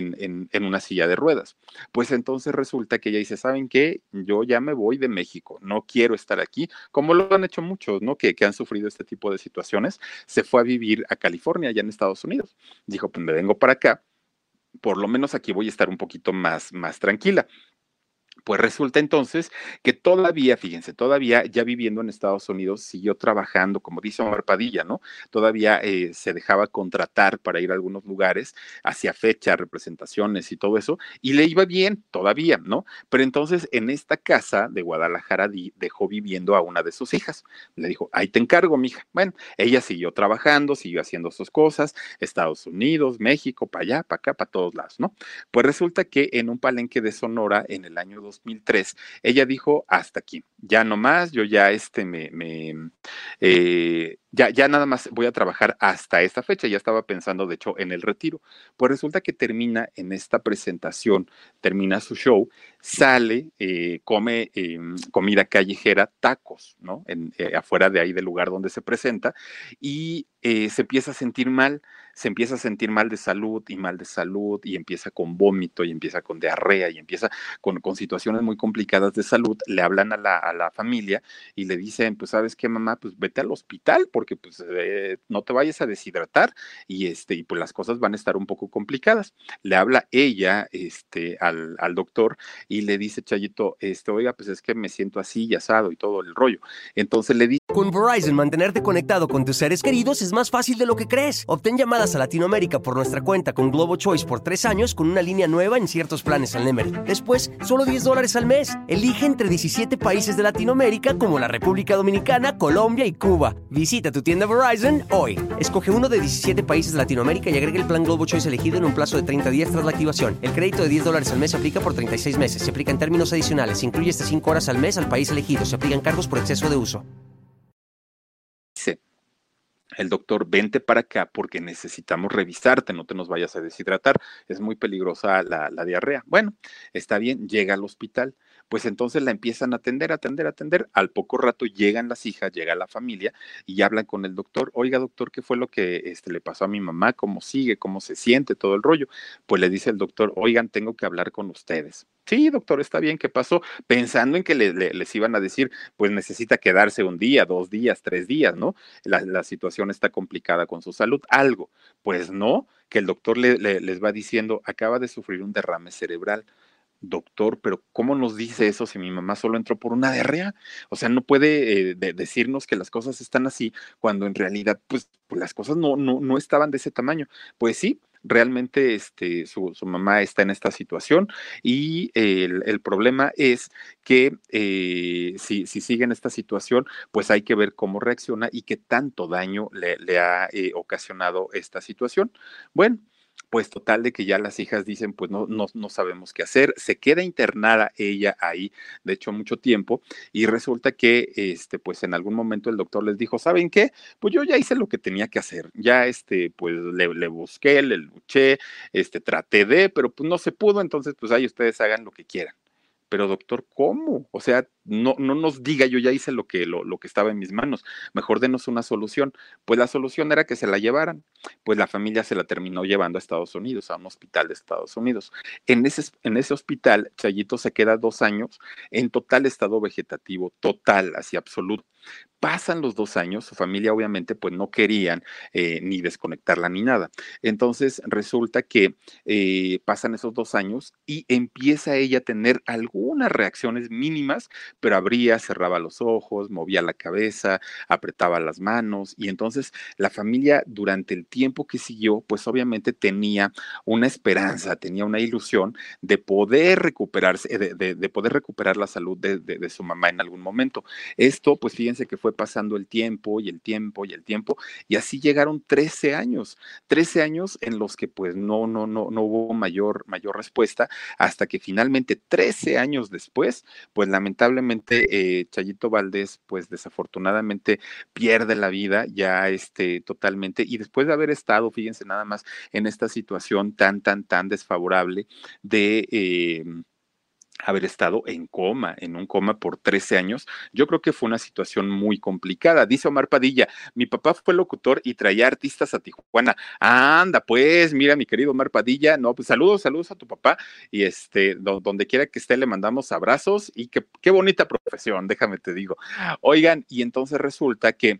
en una silla de ruedas. Pues entonces resulta que ella dice, ¿saben qué? Yo ya me voy de México, no quiero estar aquí, como lo han hecho muchos, ¿no? Que han sufrido este tipo de situaciones. Se fue a vivir a California, allá en Estados Unidos. Dijo, pues me vengo para acá, por lo menos aquí voy a estar un poquito más tranquila. Pues resulta entonces que todavía, fíjense, todavía ya viviendo en Estados Unidos, siguió trabajando, como dice Omar Padilla, ¿no? Todavía se dejaba contratar para ir a algunos lugares, hacía fechas, representaciones y todo eso, y le iba bien todavía, ¿no? Pero entonces en esta casa de Guadalajara dejó viviendo a una de sus hijas. Le dijo, ahí te encargo, mija. Bueno, ella siguió trabajando, siguió haciendo sus cosas, Estados Unidos, México, para allá, para acá, para todos lados, ¿no? Pues resulta que en un palenque de Sonora, en el año 2003, ella dijo, hasta aquí, ya no más, yo ya ya nada más voy a trabajar hasta esta fecha, ya estaba pensando de hecho en el retiro. Pues resulta que termina en esta presentación, termina su show, sale, come comida callejera, tacos, ¿no? Afuera de ahí del lugar donde se presenta y se empieza a sentir mal, se empieza a sentir mal de salud y mal de salud y empieza con vómito y empieza con diarrea y empieza con situaciones muy complicadas de salud. Le hablan a la familia y le dicen, pues sabes qué, mamá, pues vete al hospital porque pues no te vayas a deshidratar y pues las cosas van a estar un poco complicadas. Le habla ella al doctor y le dice Chayito, oiga, pues es que me siento así y asado y todo el rollo. Entonces le dice, Con Verizon, mantenerte conectado con tus seres queridos es más fácil de lo que crees. Obtén llamadas a Latinoamérica por nuestra cuenta con Globo Choice por 3 años con una línea nueva en ciertos planes al Nemery. Después, solo $10 al mes. Elige entre 17 países de Latinoamérica como la República Dominicana, Colombia y Cuba. Visita tu tienda Verizon hoy. Escoge uno de 17 países de Latinoamérica y agrega el plan Globo Choice elegido en un plazo de 30 días tras la activación. El crédito de $10 al mes se aplica por 36 meses. Se aplica en términos adicionales. Se incluye hasta 5 horas al mes al país elegido. Se aplican cargos por exceso de uso. el doctor, vente para acá porque necesitamos revisarte, no te nos vayas a deshidratar, es muy peligrosa la diarrea. Bueno, está bien, llega al hospital, pues entonces la empiezan a atender, al poco rato llegan las hijas, llega la familia y hablan con el doctor, oiga doctor, ¿qué fue lo que le pasó a mi mamá? ¿Cómo sigue? ¿Cómo se siente? Todo el rollo. Pues le dice el doctor, oigan, tengo que hablar con ustedes. Sí, doctor, está bien, ¿qué pasó? Pensando en que les iban a decir, pues necesita quedarse un día, 2 días, 3 días, ¿no? La situación está complicada con su salud, algo. Pues no, que el doctor les va diciendo, acaba de sufrir un derrame cerebral. Doctor, pero ¿cómo nos dice eso si mi mamá solo entró por una diarrea? O sea, no puede decirnos que las cosas están así cuando en realidad, pues las cosas no estaban de ese tamaño. Pues sí, realmente su mamá está en esta situación y el problema es que si sigue en esta situación, pues hay que ver cómo reacciona y qué tanto daño le ha ocasionado esta situación. Bueno, pues total de que ya las hijas dicen, pues no sabemos qué hacer, se queda internada ella ahí, de hecho, mucho tiempo, y resulta que, pues en algún momento el doctor les dijo, ¿saben qué? Pues yo ya hice lo que tenía que hacer, ya, pues le busqué, le luché, traté de, pero pues no se pudo, entonces, pues ahí ustedes hagan lo que quieran. Pero doctor, ¿cómo? O sea, no nos diga, yo ya hice lo que estaba en mis manos, mejor denos una solución. Pues la solución era que se la llevaran, pues la familia se la terminó llevando a Estados Unidos, a un hospital de Estados Unidos. En ese hospital, Chayito se queda 2 años en total estado vegetativo, total, así absoluto. Pasan los 2 años, su familia obviamente pues no querían ni desconectarla ni nada. Entonces resulta que pasan esos 2 años y empieza ella a tener algunas reacciones mínimas, pero abría, cerraba los ojos, movía la cabeza, apretaba las manos y entonces la familia durante el tiempo que siguió pues obviamente tenía una esperanza, tenía una ilusión de poder recuperarse, de poder recuperar la salud de su mamá en algún momento. Esto, pues fíjense que fue pasando el tiempo y el tiempo y el tiempo, y así llegaron 13 años en los que pues no hubo mayor respuesta, hasta que finalmente 13 años después, pues lamentablemente Chayito Valdés, pues desafortunadamente pierde la vida ya totalmente, y después de haber estado, fíjense nada más, en esta situación tan desfavorable de haber estado en un coma por 13 años, yo creo que fue una situación muy complicada. Dice Omar Padilla, mi papá fue locutor y traía artistas a Tijuana. Anda, pues, mira, mi querido Omar Padilla, no, pues saludos a tu papá y donde quiera que esté le mandamos abrazos y qué bonita profesión, déjame te digo. Oigan, y entonces resulta que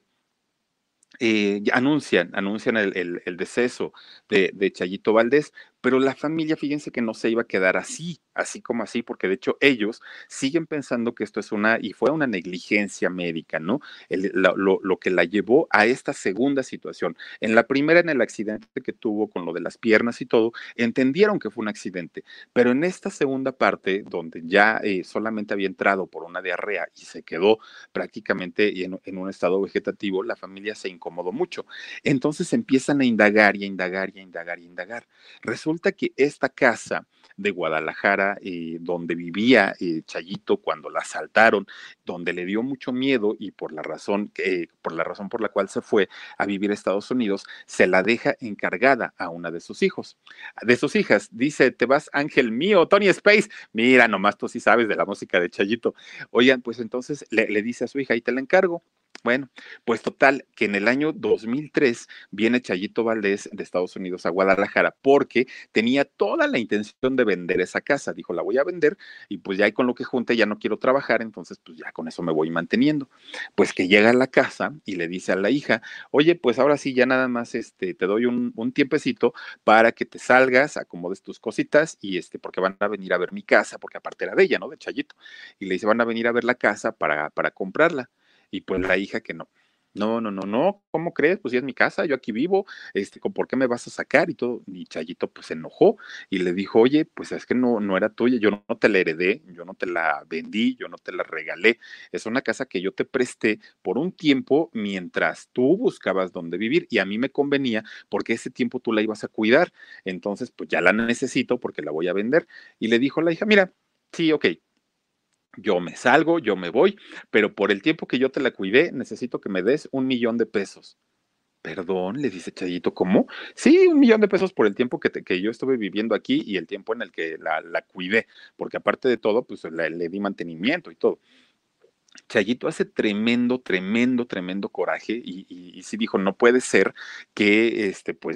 anuncian el deceso de Chayito Valdés, pero la familia, fíjense que no se iba a quedar así como así, porque de hecho ellos siguen pensando que esto es y fue una negligencia médica, ¿no? Lo que la llevó a esta segunda situación. En la primera, en el accidente que tuvo con lo de las piernas y todo, entendieron que fue un accidente, pero en esta segunda parte, donde ya solamente había entrado por una diarrea y se quedó prácticamente en un estado vegetativo, la familia se incomodó mucho. Entonces empiezan a indagar y a indagar y a indagar y a indagar. Resulta que esta casa de Guadalajara, donde vivía Chayito cuando la asaltaron, donde le dio mucho miedo y por la razón por la cual se fue a vivir a Estados Unidos, se la deja encargada a una de sus hijas. Dice, te vas ángel mío, Tony Space. Mira, nomás tú sí sabes de la música de Chayito. Oigan, pues entonces le dice a su hija, ahí te la encargo. Bueno, pues total, que en el año 2003 viene Chayito Valdés de Estados Unidos a Guadalajara porque tenía toda la intención de vender esa casa. Dijo, la voy a vender y pues ya ahí con lo que junte ya no quiero trabajar, entonces pues ya con eso me voy manteniendo. Pues que llega a la casa y le dice a la hija, oye, pues ahora sí ya nada más te doy un tiempecito para que te salgas, acomodes tus cositas y porque van a venir a ver mi casa, porque aparte era de ella, ¿no? De Chayito. Y le dice, van a venir a ver la casa para comprarla. Y pues la hija que no. No, no, no, no, ¿cómo crees? Pues ya es mi casa, yo aquí vivo, ¿por qué me vas a sacar? Y todo, y Chayito pues se enojó y le dijo, oye, pues es que no era tuya, yo no te la heredé, yo no te la vendí, yo no te la regalé, es una casa que yo te presté por un tiempo mientras tú buscabas dónde vivir y a mí me convenía porque ese tiempo tú la ibas a cuidar, entonces pues ya la necesito porque la voy a vender. Y le dijo la hija, mira, sí, ok, yo me salgo, yo me voy, pero por el tiempo que yo te la cuidé, necesito que me des 1 millón de pesos. Perdón, le dice Chayito, ¿cómo? Sí, 1 millón de pesos por el tiempo que yo estuve viviendo aquí y el tiempo en el que la cuidé, porque aparte de todo, pues le di mantenimiento y todo. Chayito hace tremendo, tremendo, tremendo coraje y sí dijo, no puede ser que pues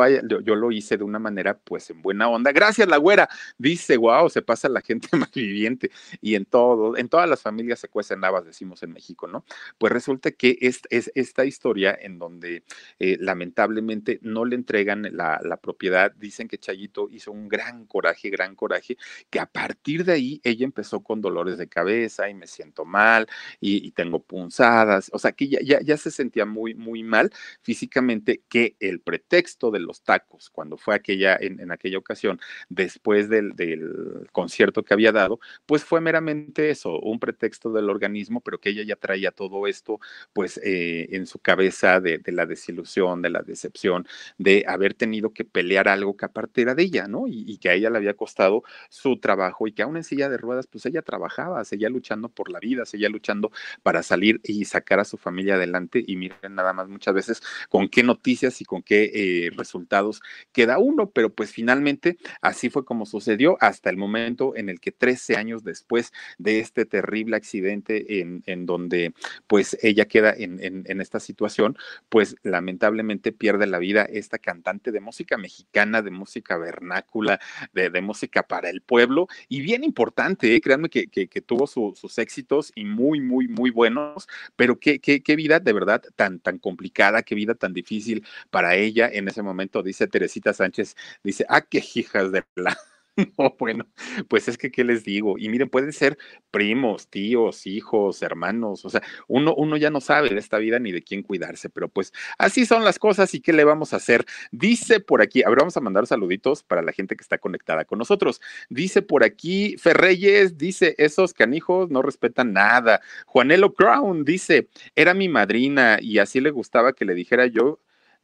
yo lo hice de una manera pues en buena onda. Gracias, la güera. Dice, wow, se pasa la gente malviviente y en todas las familias se cuecen habas, decimos en México, ¿no? Pues resulta que es esta historia en donde lamentablemente no le entregan la propiedad. Dicen que Chayito hizo un gran coraje, que a partir de ahí ella empezó con dolores de cabeza y me siento mal y tengo punzadas, o sea que ya se sentía muy, muy mal físicamente, que el pretexto de los tacos, cuando fue en aquella ocasión, después del concierto que había dado, pues fue meramente eso, un pretexto del organismo, pero que ella ya traía todo esto, pues en su cabeza de la desilusión, de la decepción, de haber tenido que pelear algo que aparte era de ella, ¿no? Y que a ella le había costado su trabajo y que aún en silla de ruedas, pues ella trabajaba, seguía luchando por la vida, seguía luchando para salir y sacar a su familia adelante. Y miren nada más muchas veces con qué noticias y con qué resultados queda uno, pero pues finalmente así fue como sucedió hasta el momento en el que 13 años después de este terrible accidente en donde pues ella queda en esta situación, pues lamentablemente pierde la vida esta cantante de música mexicana, de música vernácula, de música para el pueblo y bien importante, créanme que tuvo sus éxitos y muy, muy, muy buenos, pero qué vida de verdad tan complicada, qué vida tan difícil para ella en ese momento, dice Teresita Sánchez, dice, qué hijas de la... No, bueno, pues es que, ¿qué les digo? Y miren, pueden ser primos, tíos, hijos, hermanos, o sea, uno ya no sabe de esta vida ni de quién cuidarse, pero pues así son las cosas y qué le vamos a hacer. Dice por aquí, a ver, vamos a mandar saluditos para la gente que está conectada con nosotros. Dice por aquí, Ferreyes, dice, esos canijos no respetan nada. Juanelo Crown dice, era mi madrina y así le gustaba que le dijera yo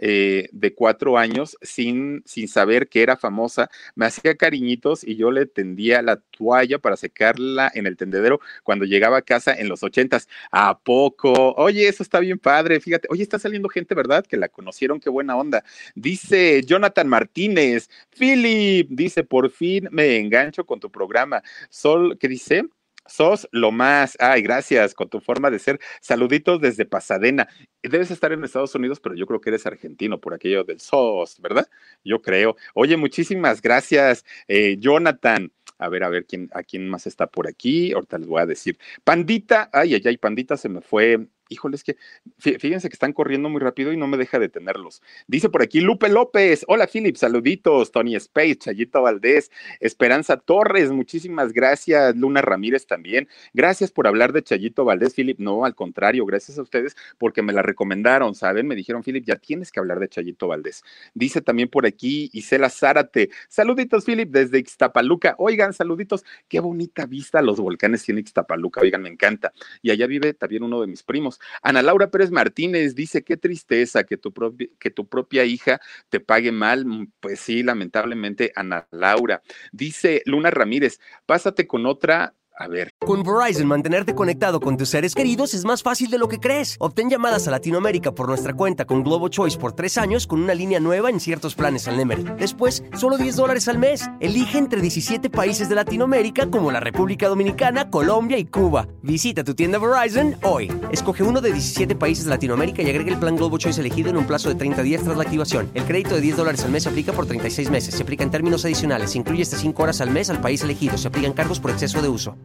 de 4 años sin saber que era famosa, me hacía cariñitos y yo le tendía la toalla para secarla en el tendedero cuando llegaba a casa en los 80s. ¿A poco? Oye, eso está bien padre, fíjate. Oye, está saliendo gente, ¿verdad? Que la conocieron, qué buena onda. Dice Jonathan Martínez, Philip, dice, por fin me engancho con tu programa. ¿Qué dice? Sos lo más. Ay, gracias con tu forma de ser. Saluditos desde Pasadena. Debes estar en Estados Unidos, pero yo creo que eres argentino por aquello del sos, ¿verdad? Yo creo. Oye, muchísimas gracias, Jonathan. A ver, a quién más está por aquí. Ahorita les voy a decir. Pandita, ay, Pandita se me fue. Híjole, es que fíjense que están corriendo muy rápido y no me deja detenerlos. Dice por aquí Lupe López. Hola, Philip, saluditos. Tony Space, Chayito Valdés, Esperanza Torres, muchísimas gracias. Luna Ramírez también. Gracias por hablar de Chayito Valdés, Philip. No, al contrario, gracias a ustedes porque me la recomendaron, ¿saben? Me dijeron, Philip, ya tienes que hablar de Chayito Valdés. Dice también por aquí Isela Zárate. Saluditos, Philip, desde Ixtapaluca. Oigan, saluditos. Qué bonita vista los volcanes tiene Ixtapaluca. Oigan, me encanta. Y allá vive también uno de mis primos. Ana Laura Pérez Martínez dice, qué tristeza que tu propia hija te pague mal. Pues sí, lamentablemente, Ana Laura. Dice Luna Ramírez, pásate con otra A ver. Con Verizon, mantenerte conectado con tus seres queridos es más fácil de lo que crees. Obtén llamadas a Latinoamérica por nuestra cuenta con Globo Choice por 3 años con una línea nueva en ciertos planes al Nemery. Después, solo $10 al mes. Elige entre 17 países de Latinoamérica como la República Dominicana, Colombia y Cuba. Visita tu tienda Verizon hoy. Escoge uno de 17 países de Latinoamérica y agrega el plan Globo Choice elegido en un plazo de 30 días tras la activación. El crédito de $10 al mes se aplica por 36 meses. Se aplica en términos adicionales. Se incluye hasta 5 horas al mes al país elegido. Se aplican cargos por exceso de uso.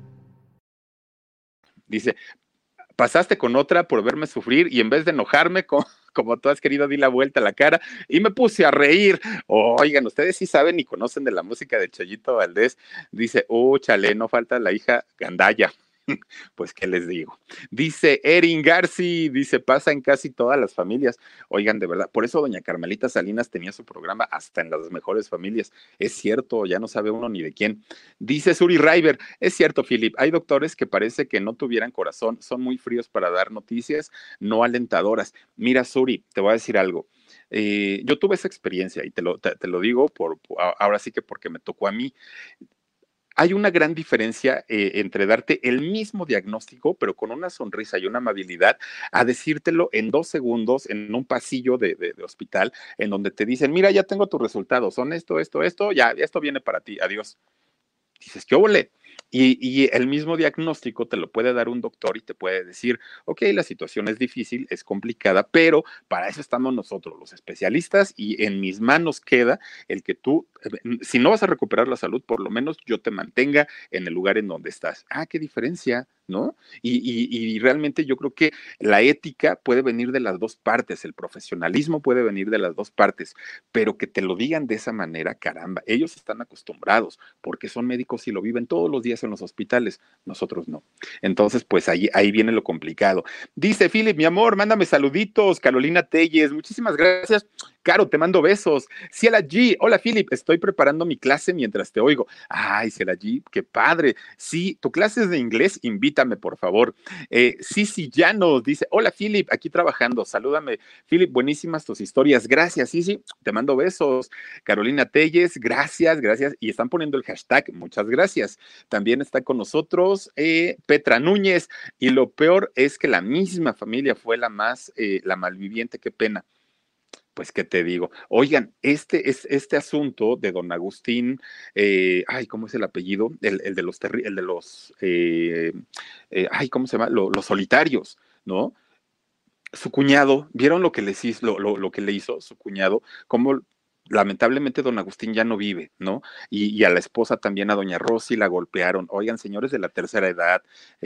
Dice, pasaste con otra por verme sufrir y en vez de enojarme, como tú has querido, di la vuelta a la cara y me puse a reír. Oigan, ustedes sí saben y conocen de la música de Chayito Valdés. Dice, chale, no falta la hija Gandaya. Pues, ¿qué les digo? Dice Erin Garci, dice, pasa en casi todas las familias. Oigan, de verdad, por eso doña Carmelita Salinas tenía su programa hasta en las mejores familias. Es cierto, ya no sabe uno ni de quién. Dice Suri River, es cierto, Philip, hay doctores que parece que no tuvieran corazón, son muy fríos para dar noticias no alentadoras. Mira, Suri, te voy a decir algo. Yo tuve esa experiencia y te lo digo ahora sí que porque me tocó a mí. Hay una gran diferencia entre darte el mismo diagnóstico, pero con una sonrisa y una amabilidad, a decírtelo en 2 segundos en un pasillo de hospital, en donde te dicen, mira, ya tengo tus resultados, son esto, ya, esto viene para ti, adiós. Dices, ¿qué óvole? Y el mismo diagnóstico te lo puede dar un doctor y te puede decir, ok, la situación es difícil, es complicada, pero para eso estamos nosotros, los especialistas, y en mis manos queda el que tú, si no vas a recuperar la salud, por lo menos yo te mantenga en el lugar en donde estás. Ah, qué diferencia, ¿no? Y realmente yo creo que la ética puede venir de las dos partes, el profesionalismo puede venir de las dos partes, pero que te lo digan de esa manera, caramba, ellos están acostumbrados porque son médicos y lo viven todos los días en los hospitales, nosotros no. Entonces, pues ahí viene lo complicado. Dice Philip, mi amor, mándame saluditos, Carolina Telles, muchísimas gracias. Caro, te mando besos. Ciela G, hola Philip, estoy preparando mi clase mientras te oigo. Ay, Ciela G, qué padre. Sí, tu clase es de inglés, invítame, por favor. Sisi Llanos dice, hola Philip, aquí trabajando, salúdame. Philip, buenísimas tus historias. Gracias, Sisi, te mando besos. Carolina Telles, gracias. Y están poniendo el hashtag, muchas gracias. También está con nosotros Petra Núñez, y lo peor es que la misma familia fue la malviviente, qué pena. Pues, ¿qué te digo? Oigan, este asunto de don Agustín, ¿cómo es el apellido? El de los, ¿cómo se llama? Los solitarios, ¿no? Su cuñado, ¿vieron lo que les hizo, lo que le hizo su cuñado? Cómo lamentablemente don Agustín ya no vive, ¿no? Y a la esposa también, a doña Rosy, la golpearon. Oigan, señores de la tercera edad,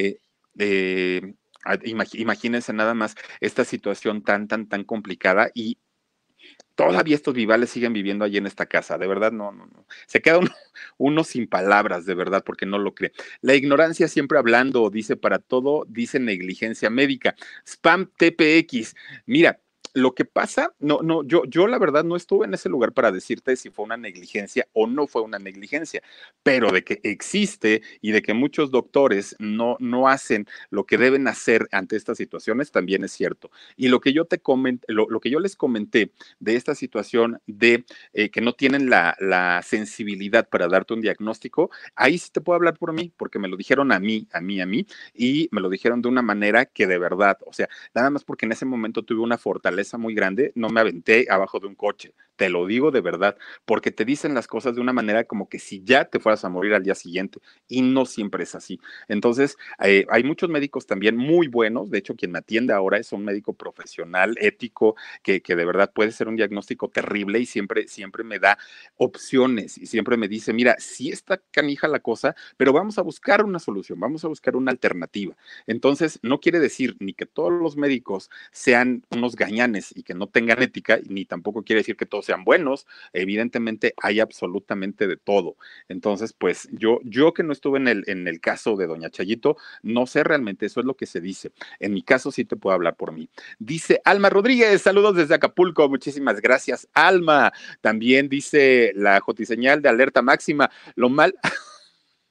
imagínense nada más esta situación tan complicada, y todavía estos vivales siguen viviendo allí en esta casa, de verdad, no. Se queda uno sin palabras, de verdad, porque no lo cree. La ignorancia siempre hablando, dice, para todo, dice negligencia médica. Spam TPX, mira, lo que pasa, yo la verdad no estuve en ese lugar para decirte si fue una negligencia o no fue una negligencia, pero de que existe y de que muchos doctores no hacen lo que deben hacer ante estas situaciones también es cierto. Y lo que yo lo que yo les comenté de esta situación de que no tienen la sensibilidad para darte un diagnóstico, ahí sí te puedo hablar por mí, porque me lo dijeron a mí, y me lo dijeron de una manera que de verdad, o sea, nada más porque en ese momento tuve una fortaleza muy grande, no me aventé abajo de un coche, te lo digo de verdad, porque te dicen las cosas de una manera como que si ya te fueras a morir al día siguiente, y no siempre es así. Entonces, hay muchos médicos también muy buenos, de hecho, quien me atiende ahora es un médico profesional, ético, que de verdad puede ser un diagnóstico terrible y siempre me da opciones y siempre me dice, mira, sí está canija la cosa, pero vamos a buscar una solución, vamos a buscar una alternativa. Entonces, no quiere decir ni que todos los médicos sean unos gañanes y que no tengan ética, ni tampoco quiere decir que todos sean buenos. Evidentemente hay absolutamente de todo. Entonces, pues yo que no estuve en el caso de doña Chayito, no sé realmente, eso es lo que se dice. En mi caso sí te puedo hablar por mí. Dice Alma Rodríguez, saludos desde Acapulco, muchísimas gracias, Alma. También dice la Jotiseñal de Alerta Máxima, lo mal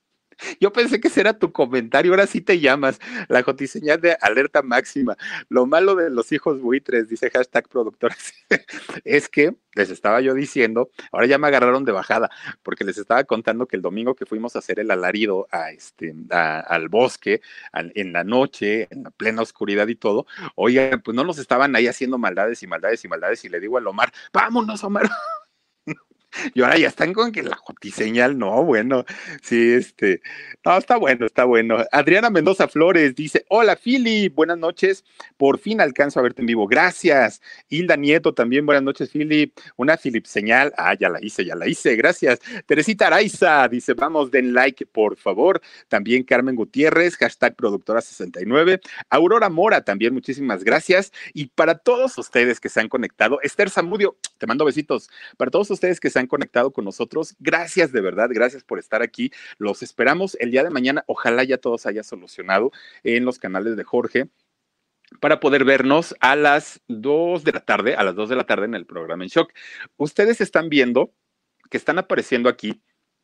Yo pensé que ese era tu comentario, ahora sí te llamas. La jotiseñal de alerta máxima. Lo malo de los hijos buitres, dice hashtag productores, es que les estaba yo diciendo, ahora ya me agarraron de bajada, porque les estaba contando que el domingo que fuimos a hacer el alarido al bosque, en la noche, en la plena oscuridad y todo, oigan, pues no nos estaban ahí haciendo maldades y maldades y maldades, y le digo al Omar, vámonos, Omar. Y ahora ya están con que la jotiseñal, no, bueno, sí, no, está bueno, está bueno. Adriana Mendoza Flores dice, hola, Philly, buenas noches, por fin alcanzo a verte en vivo, gracias. Hilda Nieto también, buenas noches, Philly, una Philip señal, ya la hice, gracias. Teresita Araiza dice, vamos, den like, por favor. También Carmen Gutiérrez, hashtag productora69. Aurora Mora también, muchísimas gracias. Y para todos ustedes que se han conectado, Esther Zamudio, te mando besitos. Para todos ustedes que se han conectado con nosotros, gracias de verdad, gracias por estar aquí. Los esperamos el día de mañana, ojalá ya todo se haya solucionado en los canales de Jorge, para poder vernos a las 2 de la tarde, en el programa En Shock. Ustedes están viendo que están apareciendo aquí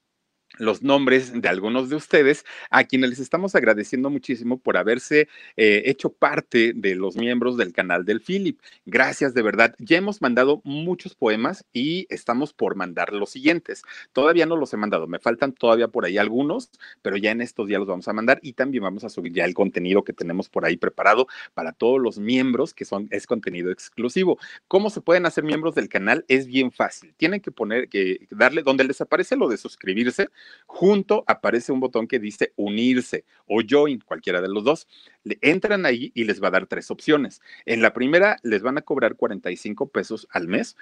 los nombres de algunos de ustedes, a quienes les estamos agradeciendo muchísimo por haberse hecho parte de los miembros del canal del Philip. Gracias, de verdad. Ya hemos mandado muchos poemas y estamos por mandar los siguientes. Todavía no los he mandado, me faltan todavía por ahí algunos, pero ya en estos días los vamos a mandar y también vamos a subir ya el contenido que tenemos por ahí preparado para todos los miembros, que es contenido exclusivo. ¿Cómo se pueden hacer miembros del canal? Es bien fácil. Tienen que darle donde les aparece lo de suscribirse. Junto aparece un botón que dice unirse o join, cualquiera de los dos. Le entran ahí y les va a dar 3 opciones. En la primera les van a cobrar 45 pesos al mes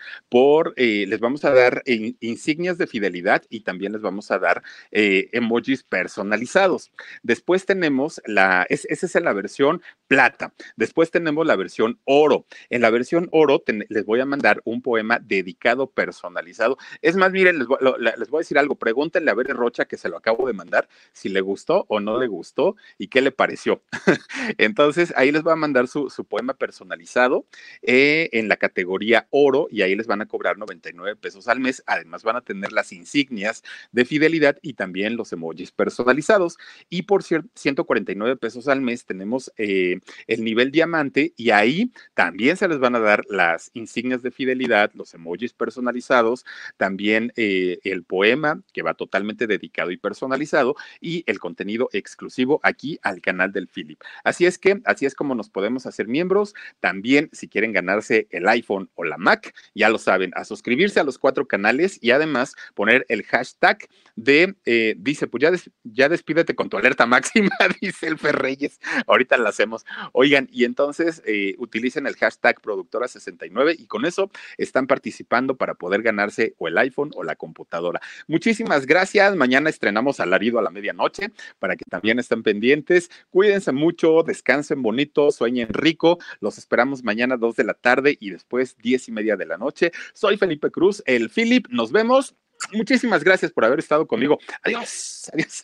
les vamos a dar insignias de fidelidad y también les vamos a dar emojis personalizados. Después tenemos esa es en la versión plata. Después tenemos la versión oro. En la versión oro les voy a mandar un poema dedicado, personalizado. Es más, miren, les voy a decir algo. Pregúntenle a Bere Rocha, que se lo acabo de mandar, si le gustó o no le gustó y qué le pareció. Entonces, ahí les va a mandar su poema personalizado en la categoría oro y ahí les van a cobrar 99 pesos al mes. Además, van a tener las insignias de fidelidad y también los emojis personalizados. Y por 149 pesos al mes tenemos el nivel diamante y ahí también se les van a dar las insignias de fidelidad, los emojis personalizados, también el poema que va totalmente dedicado y personalizado y el contenido exclusivo aquí al canal del Philip. Así es como nos podemos hacer miembros. También, si quieren ganarse el iPhone o la Mac, ya lo saben, a suscribirse a los 4 canales y además poner el hashtag dice, pues ya despídete con tu alerta máxima, dice el Ferreyes. Ahorita la hacemos. Oigan, y entonces utilicen el hashtag productora69 y con eso están participando para poder ganarse o el iPhone o la computadora. Muchísimas gracias. Mañana estrenamos Alarido a la medianoche para que también estén pendientes. Cuídense mucho, descansen bonito, sueñen rico. Los esperamos mañana 2 de la tarde y después 10:30 de la noche. Soy Felipe Cruz, el Philip. Nos vemos. Muchísimas gracias por haber estado conmigo. Adiós. Adiós.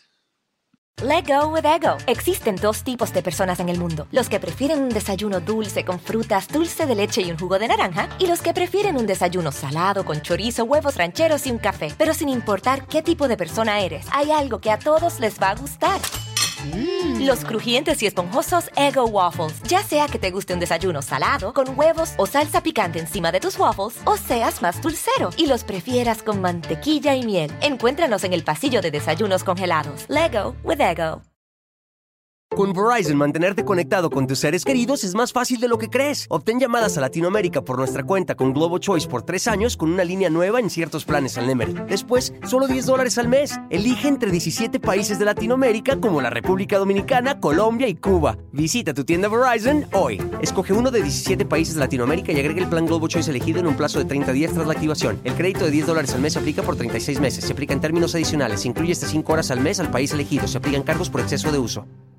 Let go with ego. Existen 2 tipos de personas en el mundo. Los que prefieren un desayuno dulce con frutas, dulce de leche y un jugo de naranja. Y los que prefieren un desayuno salado con chorizo, huevos rancheros y un café. Pero sin importar qué tipo de persona eres, hay algo que a todos les va a gustar. Los crujientes y esponjosos Eggo Waffles. Ya sea que te guste un desayuno salado, con huevos o salsa picante encima de tus waffles, o seas más dulcero y los prefieras con mantequilla y miel. Encuéntranos en el pasillo de desayunos congelados. Lego with Eggo. Con Verizon, mantenerte conectado con tus seres queridos es más fácil de lo que crees. Obtén llamadas a Latinoamérica por nuestra cuenta con Globo Choice por 3 años con una línea nueva en ciertos planes al Nemery. Después, solo $10 al mes. Elige entre 17 países de Latinoamérica como la República Dominicana, Colombia y Cuba. Visita tu tienda Verizon hoy. Escoge uno de 17 países de Latinoamérica y agrega el plan Globo Choice elegido en un plazo de 30 días tras la activación. El crédito de $10 al mes se aplica por 36 meses. Se aplica en términos adicionales. Se incluye hasta 5 horas al mes al país elegido. Se aplican cargos por exceso de uso.